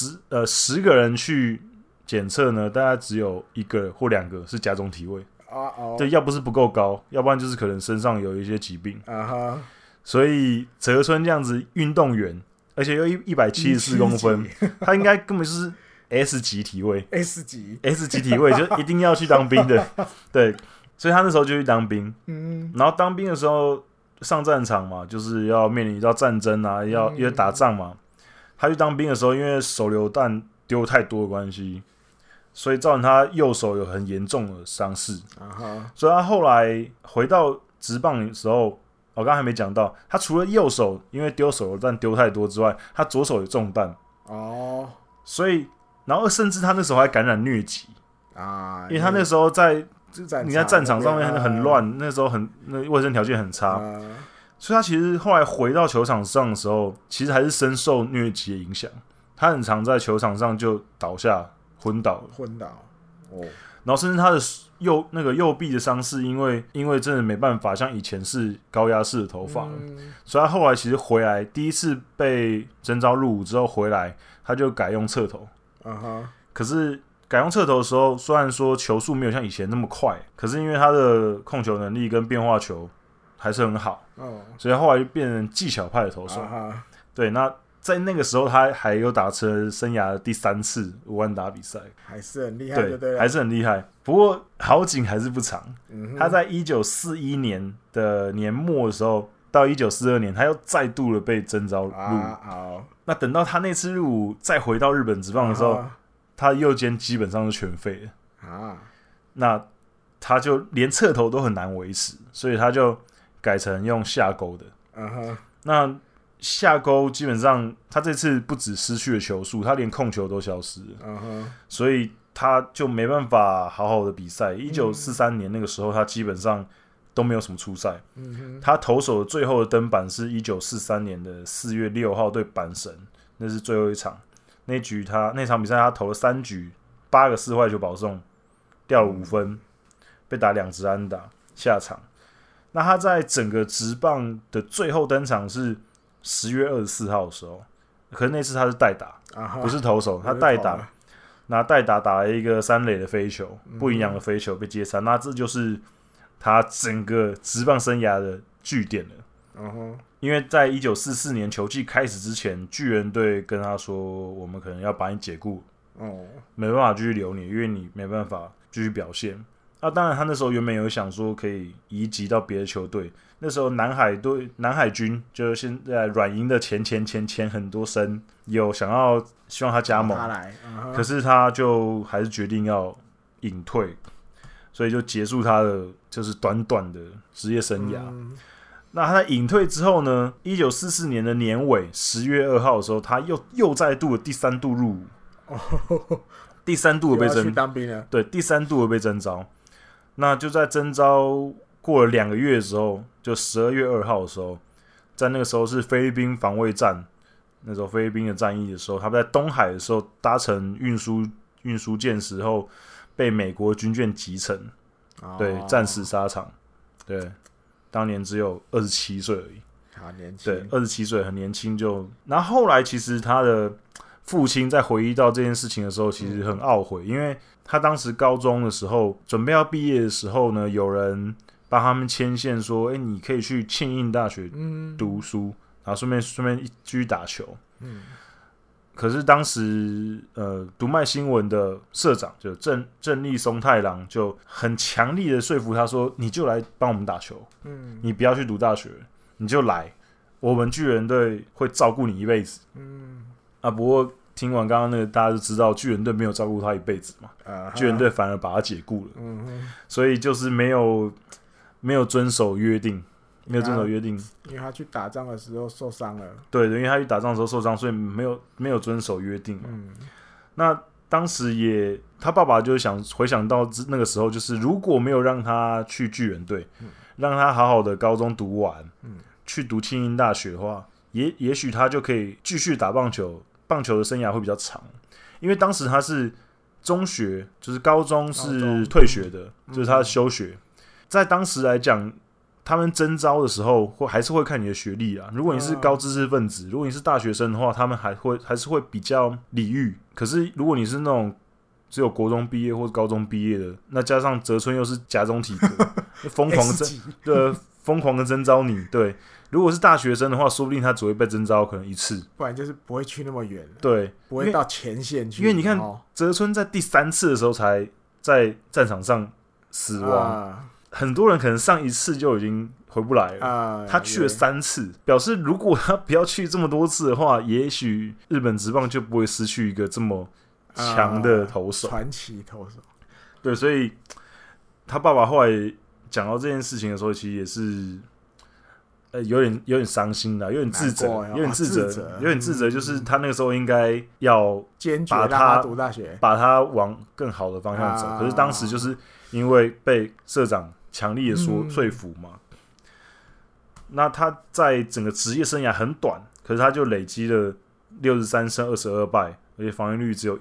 S1: ，10个人去检测呢，大概只有1个或2个是甲种体位。对，要不是不够高，要不然就是可能身上有一些疾病。所以泽村这样子运动员，而且又174公分，他应该根本就是 S 级体位，S 级体位就一定要去当兵的。对，所以他那时候就去当兵。然后当兵的时候上战场嘛，就是要面临到战争啊，因为打仗嘛。他去当兵的时候，因为手榴弹丢太多的关系，所以造成他右手有很严重的伤势。所以他后来回到职棒的时候，我刚刚还没讲到，他除了右手因为丢手榴弹丢太多之外，他左手有中弹。所以然后甚至他那时候还感染疟疾因为他那时候你在战场上面很乱，那时候那卫生条件很差。所以他其实后来回到球场上的时候，其实还是深受疟疾的影响。他很常在球场上就倒下昏倒。然后甚至他的右臂的伤势，因为真的没办法像以前是高压式的头发了，所以他后来其实回来第一次被征召入伍之后回来，他就改用侧投。可是改用侧投的时候，虽然说球速没有像以前那么快，可是因为他的控球能力跟变化球还是很好，所以后来就变成技巧派的投手。对，那在那个时候，他还有打成生涯的第3次无安打比赛，
S2: 还是很厉害，对，
S1: 还是很厉害。不过好景还是不长，他在1941年的年末的时候，到1942年，他又再度的被征召入伍。那等到他那次入伍，再回到日本职棒的时候，他右肩基本上是全废了。那他就连侧投都很难维持，所以他就改成用下勾的。那下勾基本上他这次不只失去了球速，他连控球都消失了。所以他就没办法好好的比赛。1943年那个时候，他基本上都没有什么出赛。他投手的最后的登板是1943年的4月6号对阪神，那是最后一场。那场比赛他投了3局，8个4坏球保送，掉了5分，被打2支安打下场。那他在整个职棒的最后登场是10月24号的时候，可是那次他是代打，不是投手，他代打，拿代打打了一个3垒的飞球，不营养的飞球被接杀。那这就是他整个职棒生涯的据点了。因为在1944年球季开始之前，巨人队跟他说，我们可能要把你解雇，没办法继续留你，因为你没办法继续表现。 当然他那时候原本有想说可以移籍到别的球队，那时候南海军就是现在软银的前很多生有希望他加盟，可是他就还是决定要隐退，所以就结束他的就是短短的职业生涯。那他在隐退之后呢，1944年的年尾10月2号的时候，他又再度的第3度入伍，第3度的被征，
S2: 当兵了，
S1: 对，第3度的被征召。那就在征召过了2个月的时候，就12月2号的时候，在那个时候是菲律宾防卫战，那时候菲律宾的战役的时候，他们在东海的时候搭乘运输舰时候，被美国军舰击沉，对，战死沙场，对，当年只有27岁而已，
S2: 好年轻，
S1: 对，27岁很年轻就。然后后来其实他的父亲在回忆到这件事情的时候，其实很懊悔，因为他当时高中的时候准备要毕业的时候呢，有人帮他们牵线说，你可以去庆应大学读书，然后顺便继续打球。可是当时读卖新闻的社长就郑立松太郎就很强力的说服他说，你就来帮我们打球，你不要去读大学，你就来，我们巨人队会照顾你一辈子。不过听完刚刚那个，大家就知道巨人队没有照顾他一辈子嘛，巨人队反而把他解雇了，所以就是没有遵守约定，因为
S2: 他去打仗的时候受伤了，
S1: 对，因为他去打仗的时候受伤，所以没有遵守约定嘛。那当时他爸爸就回想到那个时候，就是如果没有让他去巨人队，让他好好的高中读完，去读庆应大学的话，也许他就可以继续打棒球。棒球的生涯会比较长，因为当时他是中学，就是高中是退学的，就是他休学。在当时来讲，他们征召的时候还是会看你的学历啊。如果你是高知识分子，如果你是大学生的话，他们还是会比较礼遇。可是如果你是那种只有国中毕业或者高中毕业的，那加上泽村又是甲种体格，疯狂的征召你，对。如果是大学生的话，说不定他只会被征召可能1次，
S2: 不然就是不会去那么远，
S1: 对，
S2: 不会到前线去。
S1: 因为你看泽村在第3次的时候才在战场上死亡，很多人可能上1次就已经回不来了，他去了3次，表示如果他不要去这么多次的话，也许日本职棒就不会失去一个这么强的投手，
S2: 传奇投手。
S1: 对，所以他爸爸后来讲到这件事情的时候，其实也是。有点伤心啦，有点自责，就是他那个时候应该要
S2: 坚决让他读大学，
S1: 把他往更好的方向走。可是当时就是因为被社长强力的说服嘛，那他在整个职业生涯很短，可是他就累积了63胜22败，而且防御率只有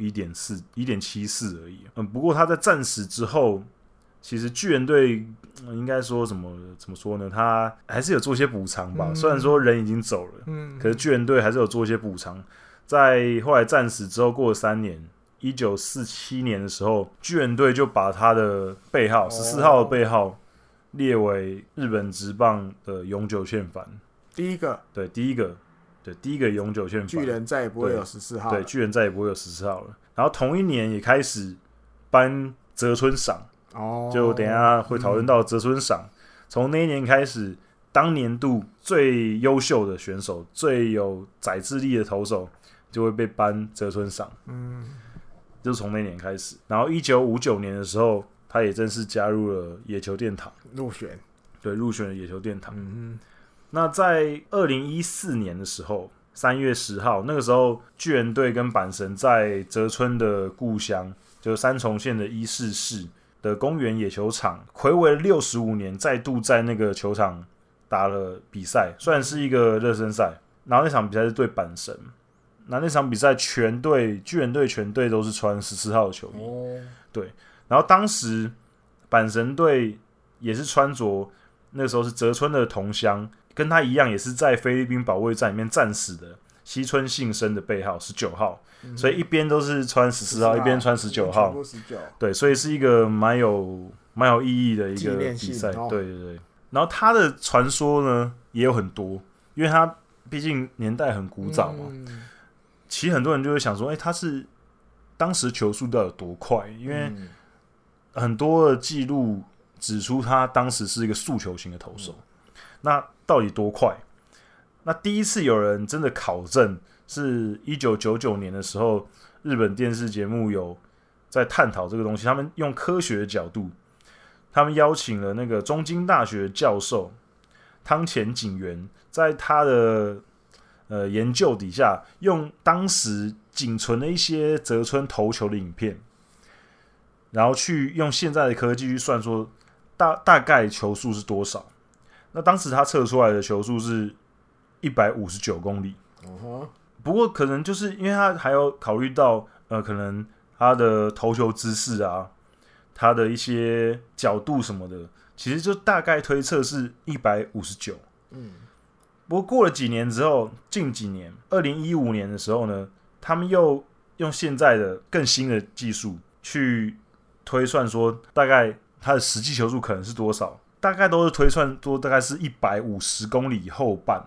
S1: 1.74而已。不过他在战死之后。其实巨人队应该说怎么说呢？他还是有做一些补偿吧。虽然说人已经走了，可是巨人队还是有做一些补偿。在后来战死之后，过了3年，1947年的时候，巨人队就把他的背号14号的背号列为日本职棒的永久宪犯。第一个永久宪犯。
S2: 巨人再也不会有14号了。
S1: 对，巨人再也不会有14号了。然后同一年也开始颁泽村赏。就等一下会讨论到泽村赏，从那一年开始，当年度最优秀的选手、最有宰制力的投手就会被颁泽村赏。就是从那年开始。然后1959年的时候，他也正式加入了野球殿堂，入选了野球殿堂。那在2014年的时候，3月10号，那个时候巨人队跟阪神在泽村的故乡，就三重县的伊势市的公园野球场，睽违了65年，再度在那个球场打了比赛，虽然是一个热身赛，然后那场比赛是对阪神，那场比赛巨人队全队都是穿14号的球衣，对，然后当时阪神队也是穿着那时候是泽村的同乡，跟他一样也是在菲律宾保卫战里面战死的西村信生的背号19号。所以一边都是穿14号，一边穿19号，对，所以是一个蛮有意义的一个比赛，对。然后他的传说呢也有很多，因为他毕竟年代很古早嘛，其实很多人就会想说，他是当时球速到底有多快？因为很多的记录指出他当时是一个速球型的投手。那到底多快？那第一次有人真的考证是1999年的时候，日本电视节目有在探讨这个东西，他们用科学的角度，他们邀请了那个中京大学教授汤前景元，在他的研究底下，用当时仅存的一些泽村投球的影片，然后去用现在的科技去算说大概球速是多少。那当时他测出来的球速是159公里。不过可能就是因为他还有考虑到可能他的投球姿势啊，他的一些角度什么的，其实就大概推测是159。不过过了几年之后，近几年2015年的时候呢，他们又用现在的更新的技术去推算说大概他的实际球速可能是多少，大概都是推算说大概是150公里后半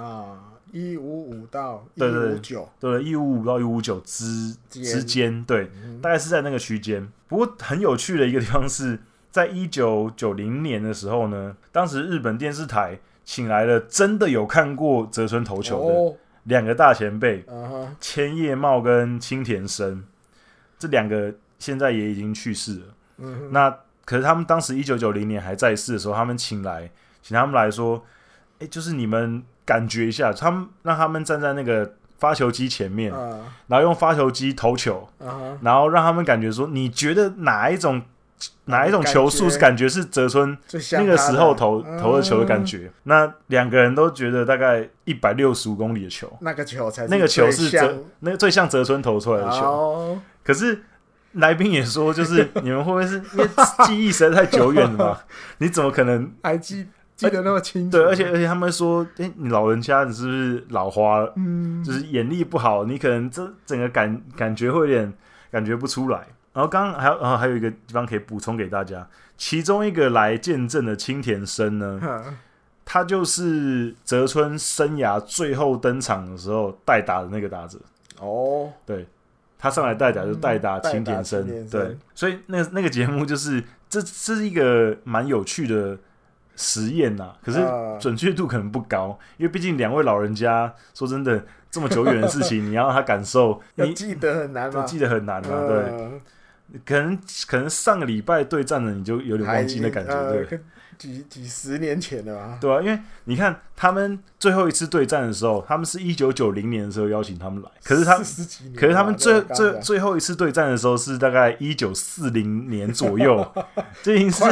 S2: 155到159，
S1: 对，155到159之间，对，大概是在那个区间。不过很有趣的一个地方是在1990年的时候呢，当时日本电视台请来了真的有看过泽村投球的两个大前辈，千叶茂跟青田生，这两个现在也已经去世了。那可是他们当时1990年还在世的时候，他们请他们来说，就是你们感觉一下，让他们站在那个发球机前面，然后用发球机投球，然后让他们感觉说，你觉得哪一种球速是感觉是泽村那个时候投的球的感觉？那两个人都觉得大概165公里的球，
S2: 那个球
S1: 是那个最像泽村投出来的球。可是来宾也说，就是你们会不会是因为记忆实在太久远了嘛？你怎么可能
S2: 还记得那么清楚？
S1: 对，而且他们说，你老人家你是不是老花了？就是眼力不好，你可能这整个感觉会有点感觉不出来。然后刚刚还有一个地方可以补充给大家，其中一个来见证的青田生呢，他就是泽村生涯最后登场的时候代打的那个打者。对。他上来代打就代打青田生，对，所以那个节目就是这是一个蛮有趣的实验呐，可是准确度可能不高，因为毕竟两位老人家，说真的，这么久远的事情，你要让他感受，
S2: 要记得很难嘛，
S1: 记得很难嘛，对，可能上个礼拜对战的你就有点忘记那感觉，对。
S2: 几十年前了吧？
S1: 对啊，因为你看他们最后一次对战的时候，他们是1990年的时候邀请他们来，可是他们最后一次对战的时候是大概1940年左右，这已经是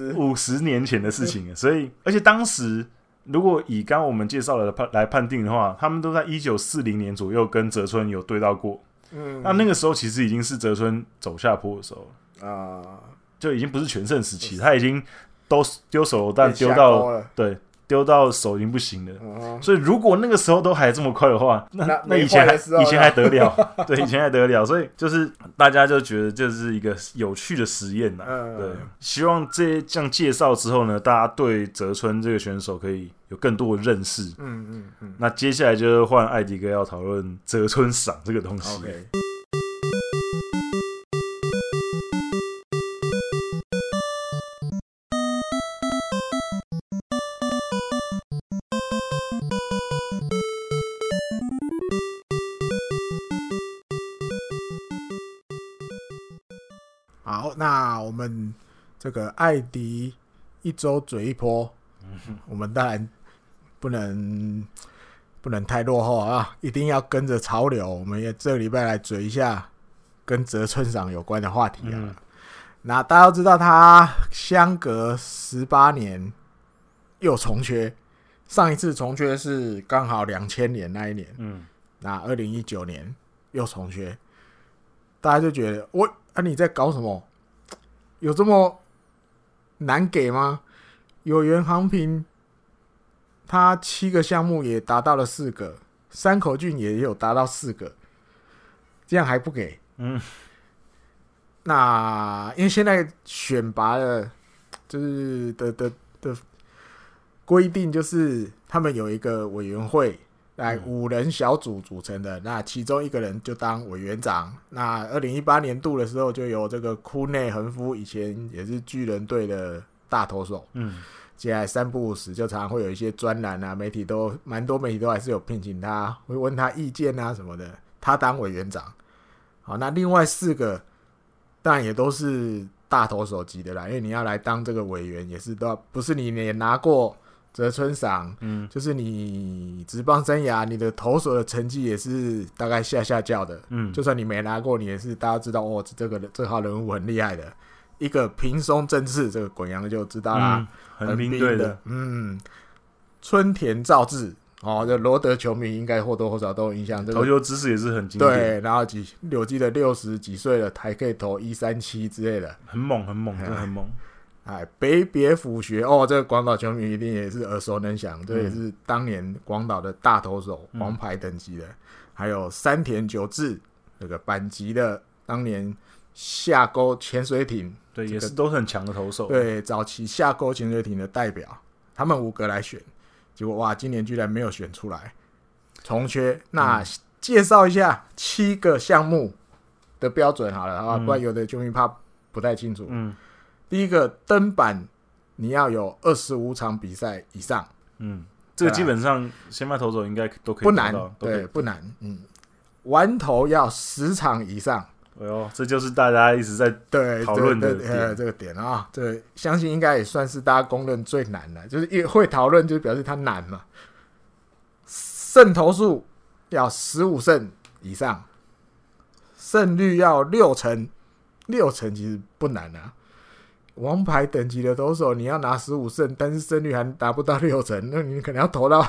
S1: 50年前的事情了。所以，而且当时如果以刚刚我们介绍的来判定的话，他们都在1940年左右跟泽村有对到过。那个时候其实已经是泽村走下坡的时候就已经不是全盛时期，他已经。都丢手榴弹丢到手已经不行了，所以如果那个时候都还这么快的话，那以前还得了？对，以前还得了，所以就是大家就觉得这是一个有趣的实验呐。对，希望这样介绍之后呢，大家对泽村这个选手可以有更多的认识。那接下来就换艾迪哥要讨论泽村赏这个东西。
S2: 好，那我们这个艾迪一周嘴一波，我们当然不能太落后啊，一定要跟着潮流。我们也这个礼拜来嘴一下跟泽村赏有关的话题啊。那大家都知道，他相隔18年又重缺，上一次重缺是刚好2000年那一年，那2019年又重缺，大家就觉得你在搞什么？有这么难给吗？有原航平他7个项目也达到了4个，山口俊也有达到4个，这样还不给？那因为现在选拔的，就是的规定就是他们有一个委员会， 来5人小组组成的，那其中1个人就当委员长。那2018年度的时候，就有这个库内恒夫，以前也是巨人队的大投手。接下来3不5时就常常会有一些专栏啊，蛮多媒体都还是有聘请他，会问他意见啊什么的，他当委员长。好，那另外4个当然也都是大投手级的啦，因为你要来当这个委员，也是都不是你也拿过泽村赏，就是你职棒生涯你的投手的成绩也是大概下叫的，就算你没拿过，你也是大家知道哦，这号人物很厉害的。一个平松正次，这个滚阳就知道啦，
S1: 横滨队的，
S2: 春田照志，这罗德球迷应该或多或少都有印象，这个
S1: 投球姿势也是很经典，
S2: 对，然后我记得60几岁了还可以投137之类的，
S1: 很猛，真的很猛。
S2: 北别府学这个广岛球迷一定也是耳熟能详，这也是当年广岛的大投手，王牌等级的。还有山田久志，这个阪急的当年下沟潜水艇，
S1: 对，也是都是很强的投手。
S2: 对，早期下沟潜水艇的代表，他们5个来选，结果哇，今年居然没有选出来，重缺。那介绍一下7个项目的标准好了，不然有的球迷怕不太清楚。第一个登板你要有25场比赛以上，
S1: 这个基本上先发投手应该都可以
S2: 不难，
S1: 做到，
S2: 对，不难。完投要10场以上。
S1: 这就是大家一直在讨论的点，
S2: 这个点啊，这相信应该也算是大家公认最难的，就是会讨论就表示它难嘛。胜投数要15胜以上，胜率要6成，6成其实不难啊。王牌等级的投手，你要拿15胜，但是胜率还达不到6成，那你可能要投到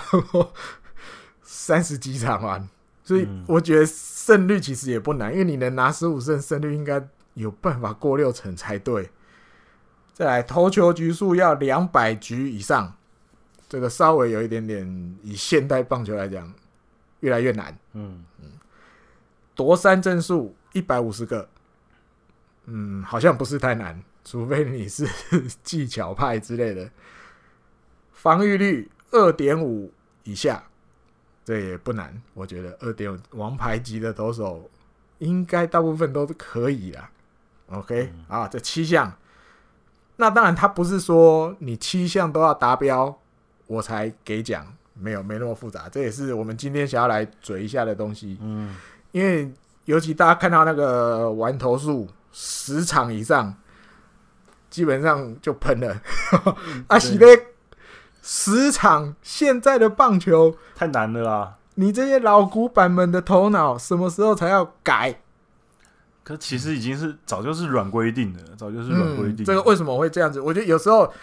S2: 30几场完。所以我觉得胜率其实也不难，因为你能拿15胜，胜率应该有办法过6成才对。再来，投球局数要200局以上，这个稍微有一点点以现代棒球来讲，越来越难。夺三振数150个，好像不是太难。除非你是技巧派之类的，防御率 2.5 以下，这也不难，我觉得 2.5 王牌级的投手应该大部分都可以啦。OK 这7项，那当然他不是说你7项都要达标我才给奖，没那么复杂，这也是我们今天想要来嘴一下的东西。因为尤其大家看到那个完投数10场以上，基本上就喷了。是咧10场，现在的棒球
S1: 太难了啦！
S2: 你这些老古板们的头脑，什么时候才要改？
S1: 可其实已经是早就是软规定的，
S2: 这个为什么会这样子？我觉得有时候，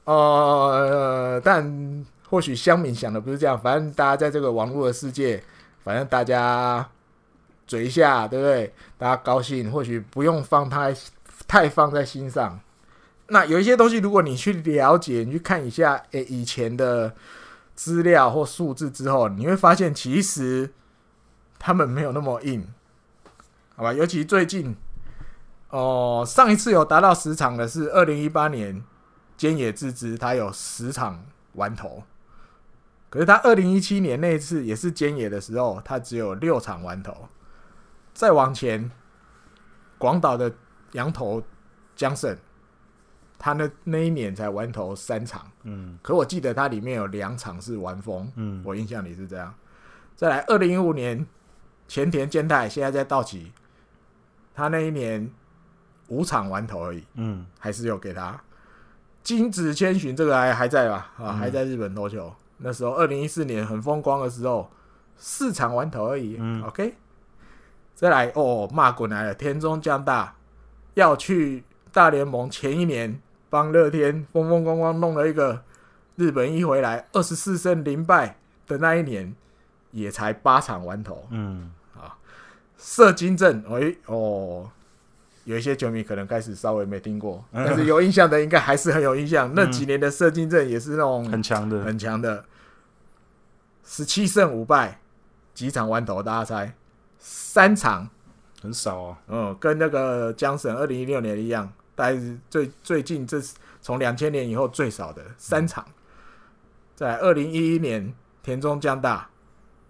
S2: 但或许乡民想的不是这样，反正大家在这个网络的世界，反正大家嘴一下，对不对？大家高兴，或许不用太放在心上。那有一些东西，如果你去了解，你去看一下以前的资料或数字之后，你会发现其实他们没有那么硬，好吧？尤其最近，上一次有达到10场的是2018年菅野智之，他有10场完投，可是他2017年那一次也是菅野的时候，他只有6场完投。再往前，广岛的洋投江胜，他那一年才完投3场，可我记得他里面有2场是完封，我印象里是这样。再来2015年前田健太，现在在道奇，他那一年5场完投而已，还是有给他。金子千寻这个还在吧？还在日本投球，那时候2014年很风光的时候，4场完投而已。OK， 再来骂滚来了，田中将大要去大联盟前一年。帮乐天风光光弄了一个日本一回来24胜0败的那一年，也才8场完投。射金正，有一些球迷可能开始稍微没听过，但是有印象的应该还是很有印象。那几年的射金正也是那种
S1: 很强的
S2: 17胜5败，几场完投？大家猜？3场，
S1: 很少
S2: 跟那个江省2016年一样。大概是最近这从2000年以后最少的3场。在2011年田中将大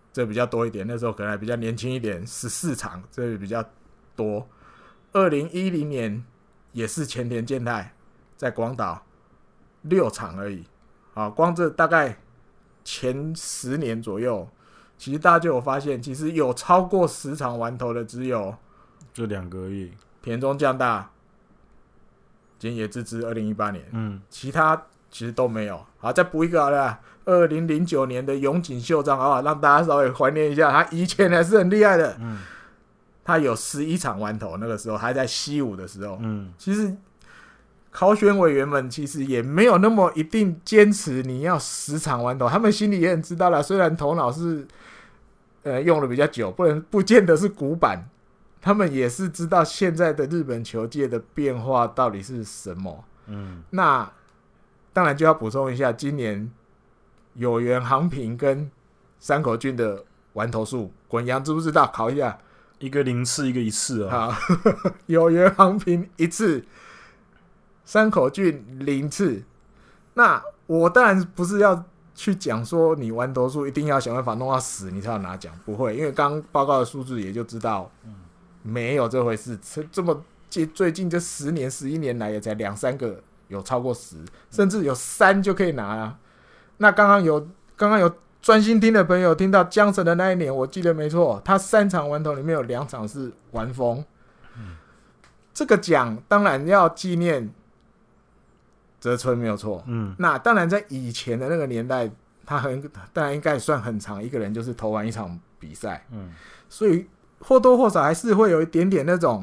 S2: 这比较多一点，那时候可能还比较年轻一点，14场，这比较多。2010年也是前田健太在广岛6场而已，啊，光这大概前10年左右，其实大家就有发现，其实有超过10场完投的只有
S1: 就2个而已。
S2: 田中将大、菅野智之2018年，其他其实都没有。好，再补一个好了，2009年的永井秀章，好吧，让大家稍微怀念一下，他以前还是很厉害的。他有11场完投，那个时候还在西武的时候。其实考选委员们其实也没有那么一定坚持你要10场完投，他们心里也很知道啦，虽然头脑是用的比较久，不见得是古板，他们也是知道现在的日本球界的变化到底是什么。那当然就要补充一下，今年有原航平跟山口俊的完投数，滚阳知不知道？考一下。
S1: 一个0次，一个1次
S2: 好，有原航平1次，山口俊0次。那我当然不是要去讲说你完投数一定要想办法弄到10你才要拿奖，不会，因为刚刚报告的数字也就知道，没有这回事。这么最近这10年、11年来也才2-3个有超过10，甚至有3就可以拿了。那刚刚有专心听的朋友听到江神的那一年，我记得没错，他3场完投里面有2场是完封。这个奖当然要纪念泽村没有错。那当然在以前的那个年代，他当然应该也算很长，一个人就是投完一场比赛。所以或多或少还是会有一点点那种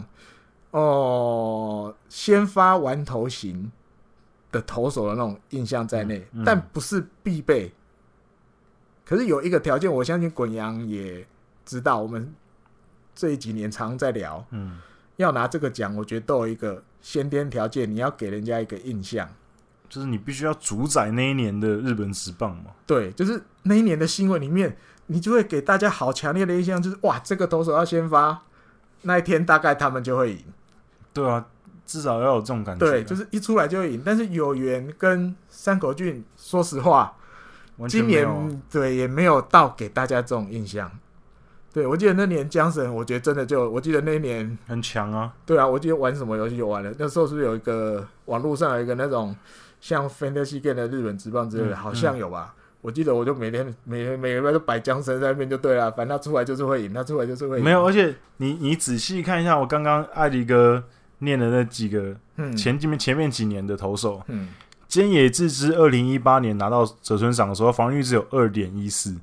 S2: 先发完投型的投手的那种印象在内，但不是必备。可是有一个条件，我相信滚阳也知道，我们这几年常在聊，要拿这个奖，我觉得都有一个先天条件，你要给人家一个印象，
S1: 就是你必须要主宰那一年的日本职棒嘛。
S2: 对，就是那一年的新闻里面，你就会给大家好强烈的印象，就是哇，这个投手要先发，那一天大概他们就会赢。
S1: 对啊，至少要有这种感觉。
S2: 对，就是一出来就会赢。但是有原跟山口俊，说实话。今年对也没有到给大家这种印象。对，我记得那年江神，我觉得真的我记得那一年
S1: 很强啊。
S2: 对啊，我记得玩什么游戏就玩了。那时候是不是有一个网络上有一个那种像 Fantasy Game 的日本职棒之类的，好像有吧？我记得我就每个礼拜都摆江神在那边就对了，反正他出来就是会赢，他出来就是会赢。
S1: 没有，而且你仔细看一下，我刚刚艾迪哥念的那几个前面几年的投手，菅野智之2018年拿到泽村赏的时候，防御率只有 2.14，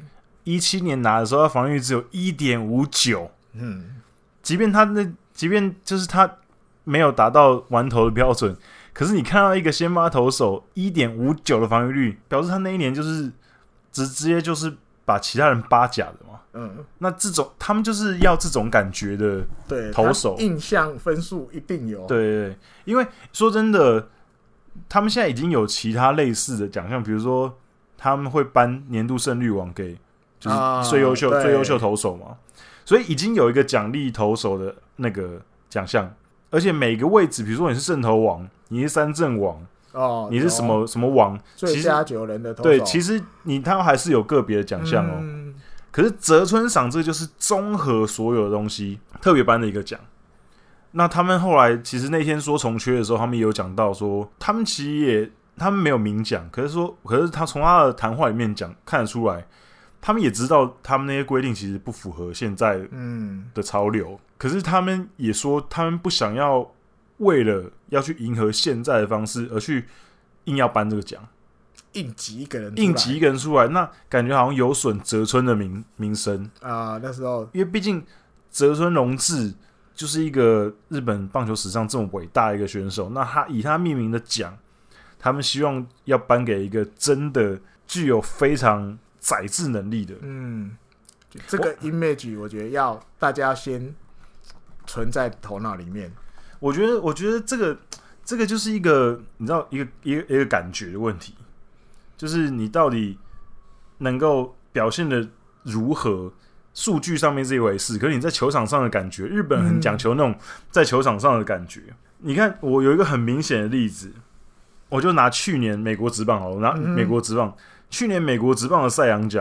S1: 17年拿的时候，他防御率只有 1.59， 即便就是他没有达到完投的标准，可是你看到一个先发投手 1.59 的防御率，表示他那一年就是直接就是把其他人扒甲的嘛。那这种他们就是要这种感觉的投手，
S2: 印象分数一定有。
S1: 对，因为说真的。他们现在已经有其他类似的奖项，比如说他们会颁年度胜率王给就是最优秀投手嘛，所以已经有一个奖励投手的那个奖项，而且每个位置，比如说你是胜投王，你是三振王，你是什么什么王，
S2: 最佳9人的投手，
S1: 对，其实他还是有个别的奖项哦。可是泽村赏这就是综合所有的东西特别颁的一个奖。那他们后来其实那天说重缺的时候，他们也有讲到说，他们其实他们没有明讲，可是他从他的谈话里面讲看得出来，他们也知道他们那些规定其实不符合现在的潮流，可是他们也说他们不想要为了要去迎合现在的方式而去硬要颁这个奖，
S2: 硬挤一个
S1: 人出来，那感觉好像有损泽村的名声
S2: 啊。那时候
S1: 因为毕竟泽村荣治就是一个日本棒球史上这么伟大的一个选手，那他以他命名的奖，他们希望要颁给一个真的具有非常宰制能力的。
S2: 这个 image 我觉得要大家先存在头脑里面。
S1: 我觉得这个就是一个你知道一个感觉的问题，就是你到底能够表现的如何。数据上面这一回事，可是你在球场上的感觉，日本很讲求那种在球场上的感觉。你看，我有一个很明显的例子，我就拿去年美国职棒好了，拿美国职棒，去年美国职棒的赛扬奖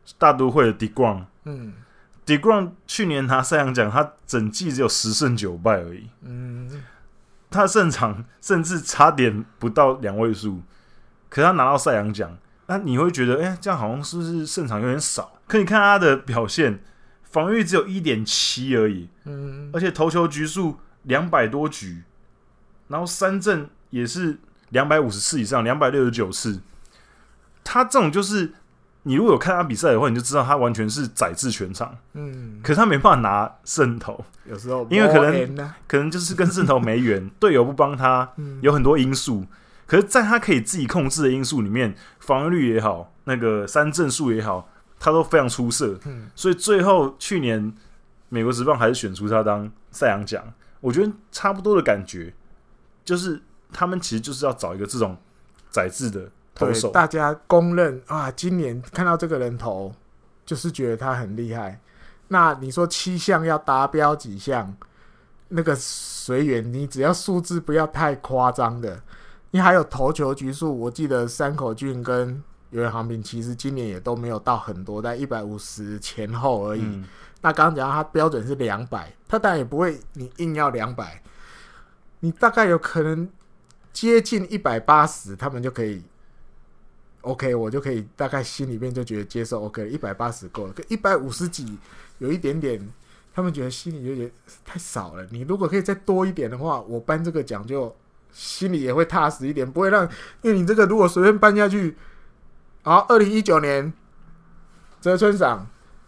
S1: 大都会的 DeGrom，DeGrom 去年拿赛扬奖，他整季只有10胜9败而已，他的胜场甚至差点不到2位数，可是他拿到赛扬奖，那你会觉得，这样好像是不是胜场有点少？可你看他的表现，防御只有 1.7 而已，而且投球局数200多局，然后三振也是250次以上，269次。他这种就是你如果有看他比赛的话，你就知道他完全是宰制全场。可是他没办法拿胜投，
S2: 有时候
S1: 因为可能就是跟胜投没缘，队友不帮他，有很多因素。可是，在他可以自己控制的因素里面，防御率也好，那个三振数也好，他都非常出色。所以最后去年美国职棒还是选出他当赛扬奖。我觉得差不多的感觉，就是他们其实就是要找一个这种宰制的投手。
S2: 大家公认啊，今年看到这个人投，就是觉得他很厉害。那你说7项要达标几项，那个随缘，你只要数字不要太夸张的。你还有投球局数，我记得山口俊跟有人航平其实今年也都没有到很多，在150前后而已。那刚刚讲他标准是200，他当然也不会你硬要200，你大概有可能接近180，他们就可以 OK， 我就可以大概心里面就觉得接受 OK， 180够了。可150几有一点点，他们觉得心里就觉得太少了。你如果可以再多一点的话，我颁这个奖就心里也会踏实一点，不会让，因为你这个如果随便颁下去，好，2019年泽村赏、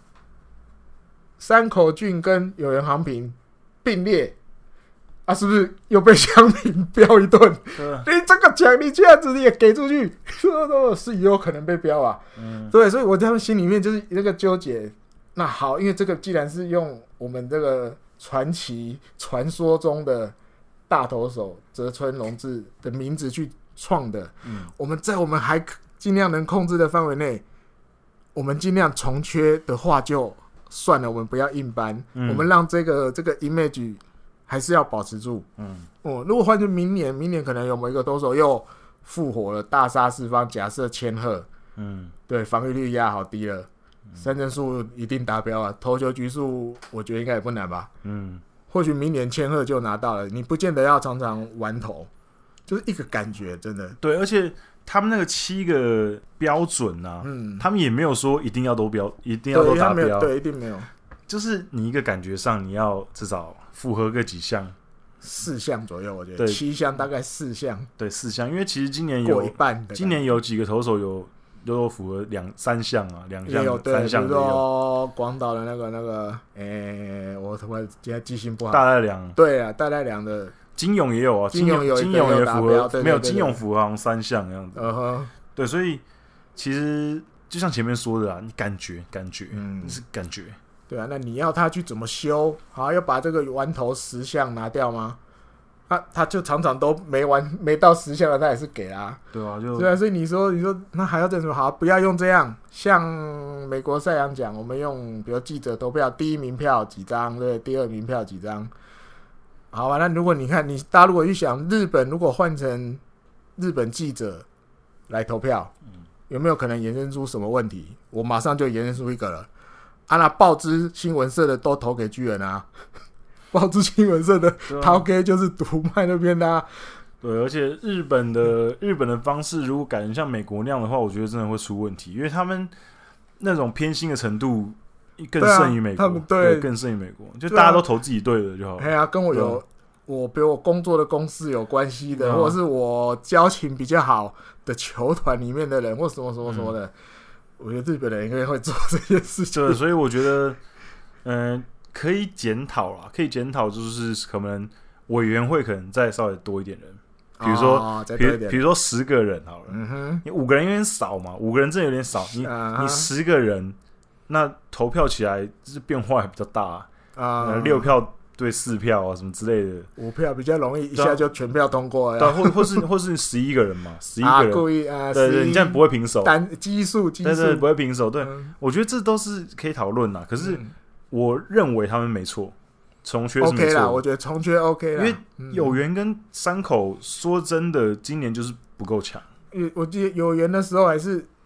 S2: 山口俊跟有人航平并列啊，是不是又被乡民飙一顿？你这个奖你这样子你也给出去，是有可能被飙啊。对，所以我在他们心里面就是那个纠结。那好，因为这个既然是用我们这个传奇传说中的大投手泽村荣治的名字去创的，我们在我们还尽量能控制的范围内，我们尽量重缺的话就算了，我们不要硬搬，我们让这个 image 还是要保持住。如果换成明年可能有某一个投手又复活了，大杀四方，假设千贺，对，防御率压好低了，三振数一定达标啊，投球局数我觉得应该也不难吧。或许明年千贺就拿到了，你不见得要常常玩投，就是一个感觉，真的。
S1: 对，而且他们那个7个标准啊，他们也没有说一定要都标，一定要都达标，
S2: 对，一定没有。
S1: 就是你一个感觉上，你要至少符合个几项
S2: ，4项左右，我觉得7项大概4项，
S1: 对，4项，因为其实今年
S2: 过一半，
S1: 今年有几个投手有符合3项啊，2项、3项
S2: 比如说广岛的那个，我他妈今天记性不好，
S1: 大濑良，
S2: 对啊，大濑良的
S1: 金勇也有啊，金勇也符合，没有金勇符合好像3项的样子，对，所以其实就像前面说的啊，你感觉，你是感觉。
S2: 对啊，那你要他去怎么修？好，要把这个完投10项拿掉吗？他就常常都没到10项了，他也是给啦。
S1: 对啊，
S2: 对啊，所以你说那还要怎么好？不要用这样，像美国赛扬奖，我们用比如记者投票，第1名票几张，对，第2名票几张。好吧，那如果你看大家如果去想日本，如果换成日本记者来投票，有没有可能衍生出什么问题？我马上就衍生出一个了。那报纸新闻社的都投给巨人啊，报纸新闻社的投给就是独卖那边的啊。
S1: 对，而且日本的方式如果改成像美国那样的话，我觉得真的会出问题，因为他们那种偏心的程度更胜于美国，对，更胜于美国，就大家都投自己队的就好。
S2: 哎呀，跟我有比如我工作的公司有关系的，或者是我交情比较好的球团里面的人，或什么什么什么的。我觉得日本人应该会做这件事情，
S1: 对，所以我觉得，可以检讨啦，就是可能委员会可能再稍微多一点人，比如说，比如说10个人好了，你5个人有点少嘛，5个人真的有点少，你10个人，那投票起来就是变化也比较大，6票对4票啊什么之类的
S2: ，5票比较容易一下就全票通过了，
S1: 对，或是11个人嘛，11个人，
S2: 故意
S1: 对，你这样不会平手，
S2: 基数，
S1: 对，不会平手，对，我觉得这都是可以讨论啦。可是我认为他们没错，重缺是没错
S2: ，OK 啦，我觉得重缺 OK 啦，
S1: 因为有缘跟山口说真的，今年就是不够强。
S2: 我记得有缘的时候还是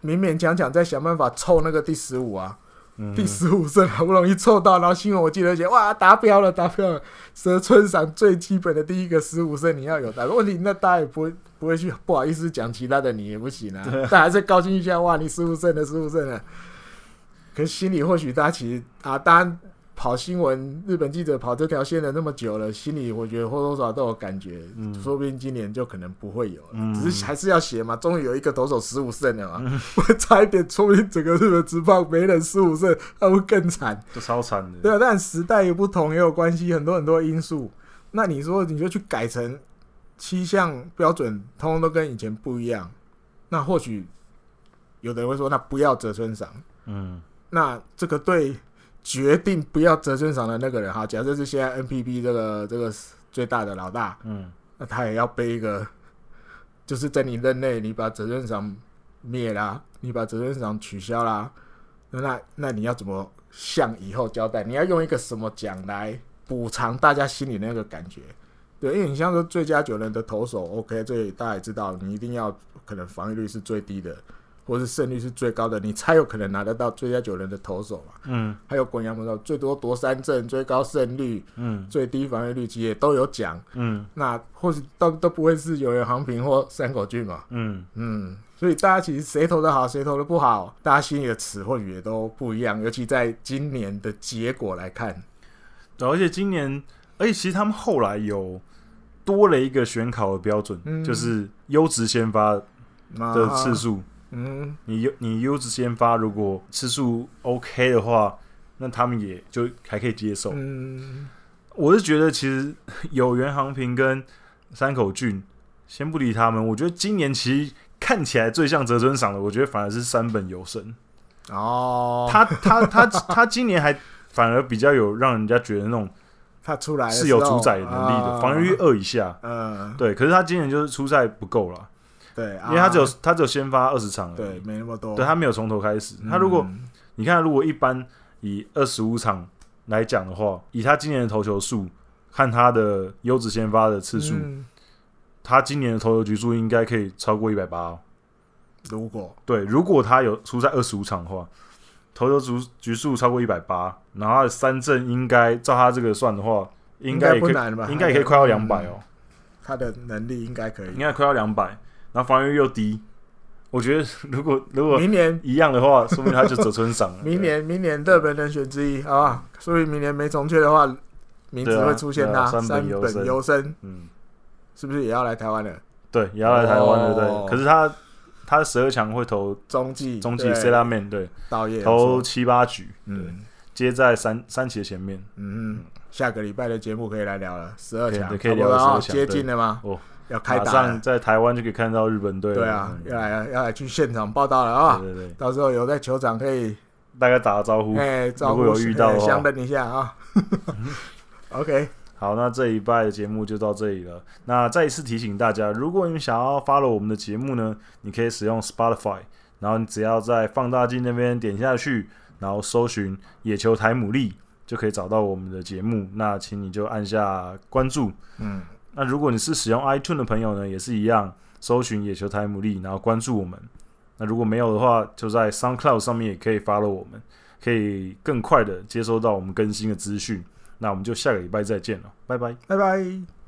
S2: 勉勉强强再想办法凑那个第15啊。第15胜好不容易凑到，然后新闻我记得写哇达标了，蛇村赏最基本的第一个15胜你要有达标。问题那大家也不会去不好意思讲其他的你也不行啊，大家还是高兴一下哇你15胜了。可是心里或许大家其实当然跑新闻日本记者跑这条线的那么久了，心里我觉得或多或少都有感觉，说不定今年就可能不会有了，只是还是要写嘛，终于有一个投手15胜了嘛，差一点说不定整个日本职棒没人15胜他会更惨，
S1: 都超惨的。
S2: 对啊，但时代也不同也有关系，很多因素。那你说你就去改成7项标准通通都跟以前不一样，那或许有的人会说那不要泽村赏，那这个对决定不要泽村赏的那个人，好，假设是现在 NPB 这个最大的老大，那他也要背一个，就是在你任内你把泽村赏灭啦，你把泽村赏取消啦，那你要怎么向以后交代？你要用一个什么奖来补偿大家心里那个感觉？对，因为你像说最佳9人的投手 ，OK， 这大家也知道，你一定要可能防御率是最低的。或是胜率是最高的，你才有可能拿得到最佳9人的投手嘛。还有滚阳本最多夺3振、最高胜率、最低防御率，其实也都有奖。那或许都不会是有人航平或山口俊嘛。所以大家其实谁投的好，谁投的不好，大家心里的尺或许也都不一样。尤其在今年的结果来看，
S1: 而且其实他们后来有多了一个选考的标准，就是优质先发的次数。你优质先发如果次数 OK 的话，那他们也就还可以接受。我是觉得其实有原航平跟山口俊，先不理他们，我觉得今年其实看起来最像泽村赏的，我觉得反而是山本由伸。他今年还反而比较有让人家觉得那种
S2: 他出来
S1: 是有主宰能力的，防御率2以下。对，可是他今年就是出赛不够了。
S2: 对，
S1: 因为他只有先发20场而已，
S2: 对，没那么多。
S1: 对，他没有从头开始。他如果你看，如果一般以25场来讲的话，以他今年的投球数和他的优质先发的次数，他今年的投球局数应该可以超过180。如果他有出赛25场的话，投球局数超过180，然后他的3振应该照他这个算的话，应该也可以快到200哦。
S2: 他的能力应该可以，
S1: 应该快到200。然后防御率又低，我觉得如果
S2: 明年
S1: 一样的话，说明他就泽村赏了。
S2: 明年热门人选之一，好吧？所以明年没重缺的话，名字会出现他山本由伸，是不是也要来台湾了？
S1: 对，也要来台湾了，对。可是他12强会投
S2: 中继
S1: Sela Man， 对，投7、8局，接在三期的前面。
S2: 下个礼拜的节目可以来聊了，12强，
S1: 可以聊12强，
S2: 接近了吗？要开打了，
S1: 马上在台湾就可以看到日本队了。
S2: 对啊，要来去现场报道了啊！对，到时候有在球场可以
S1: 大概打个招呼，如果有遇到的话，
S2: 相认一下啊。OK，
S1: 好，那这一拜的节目就到这里了。那再一次提醒大家，如果你想要 follow 我们的节目呢，你可以使用 Spotify， 然后你只要在放大镜那边点下去，然后搜寻野球台牡蛎，就可以找到我们的节目。那请你就按下关注。那如果你是使用 iTunes 的朋友呢，也是一样，搜寻野球台牡蛎，然后关注我们。那如果没有的话，就在 SoundCloud 上面也可以 follow 我们，可以更快的接收到我们更新的资讯。那我们就下个礼拜再见了，拜拜，
S2: 拜拜。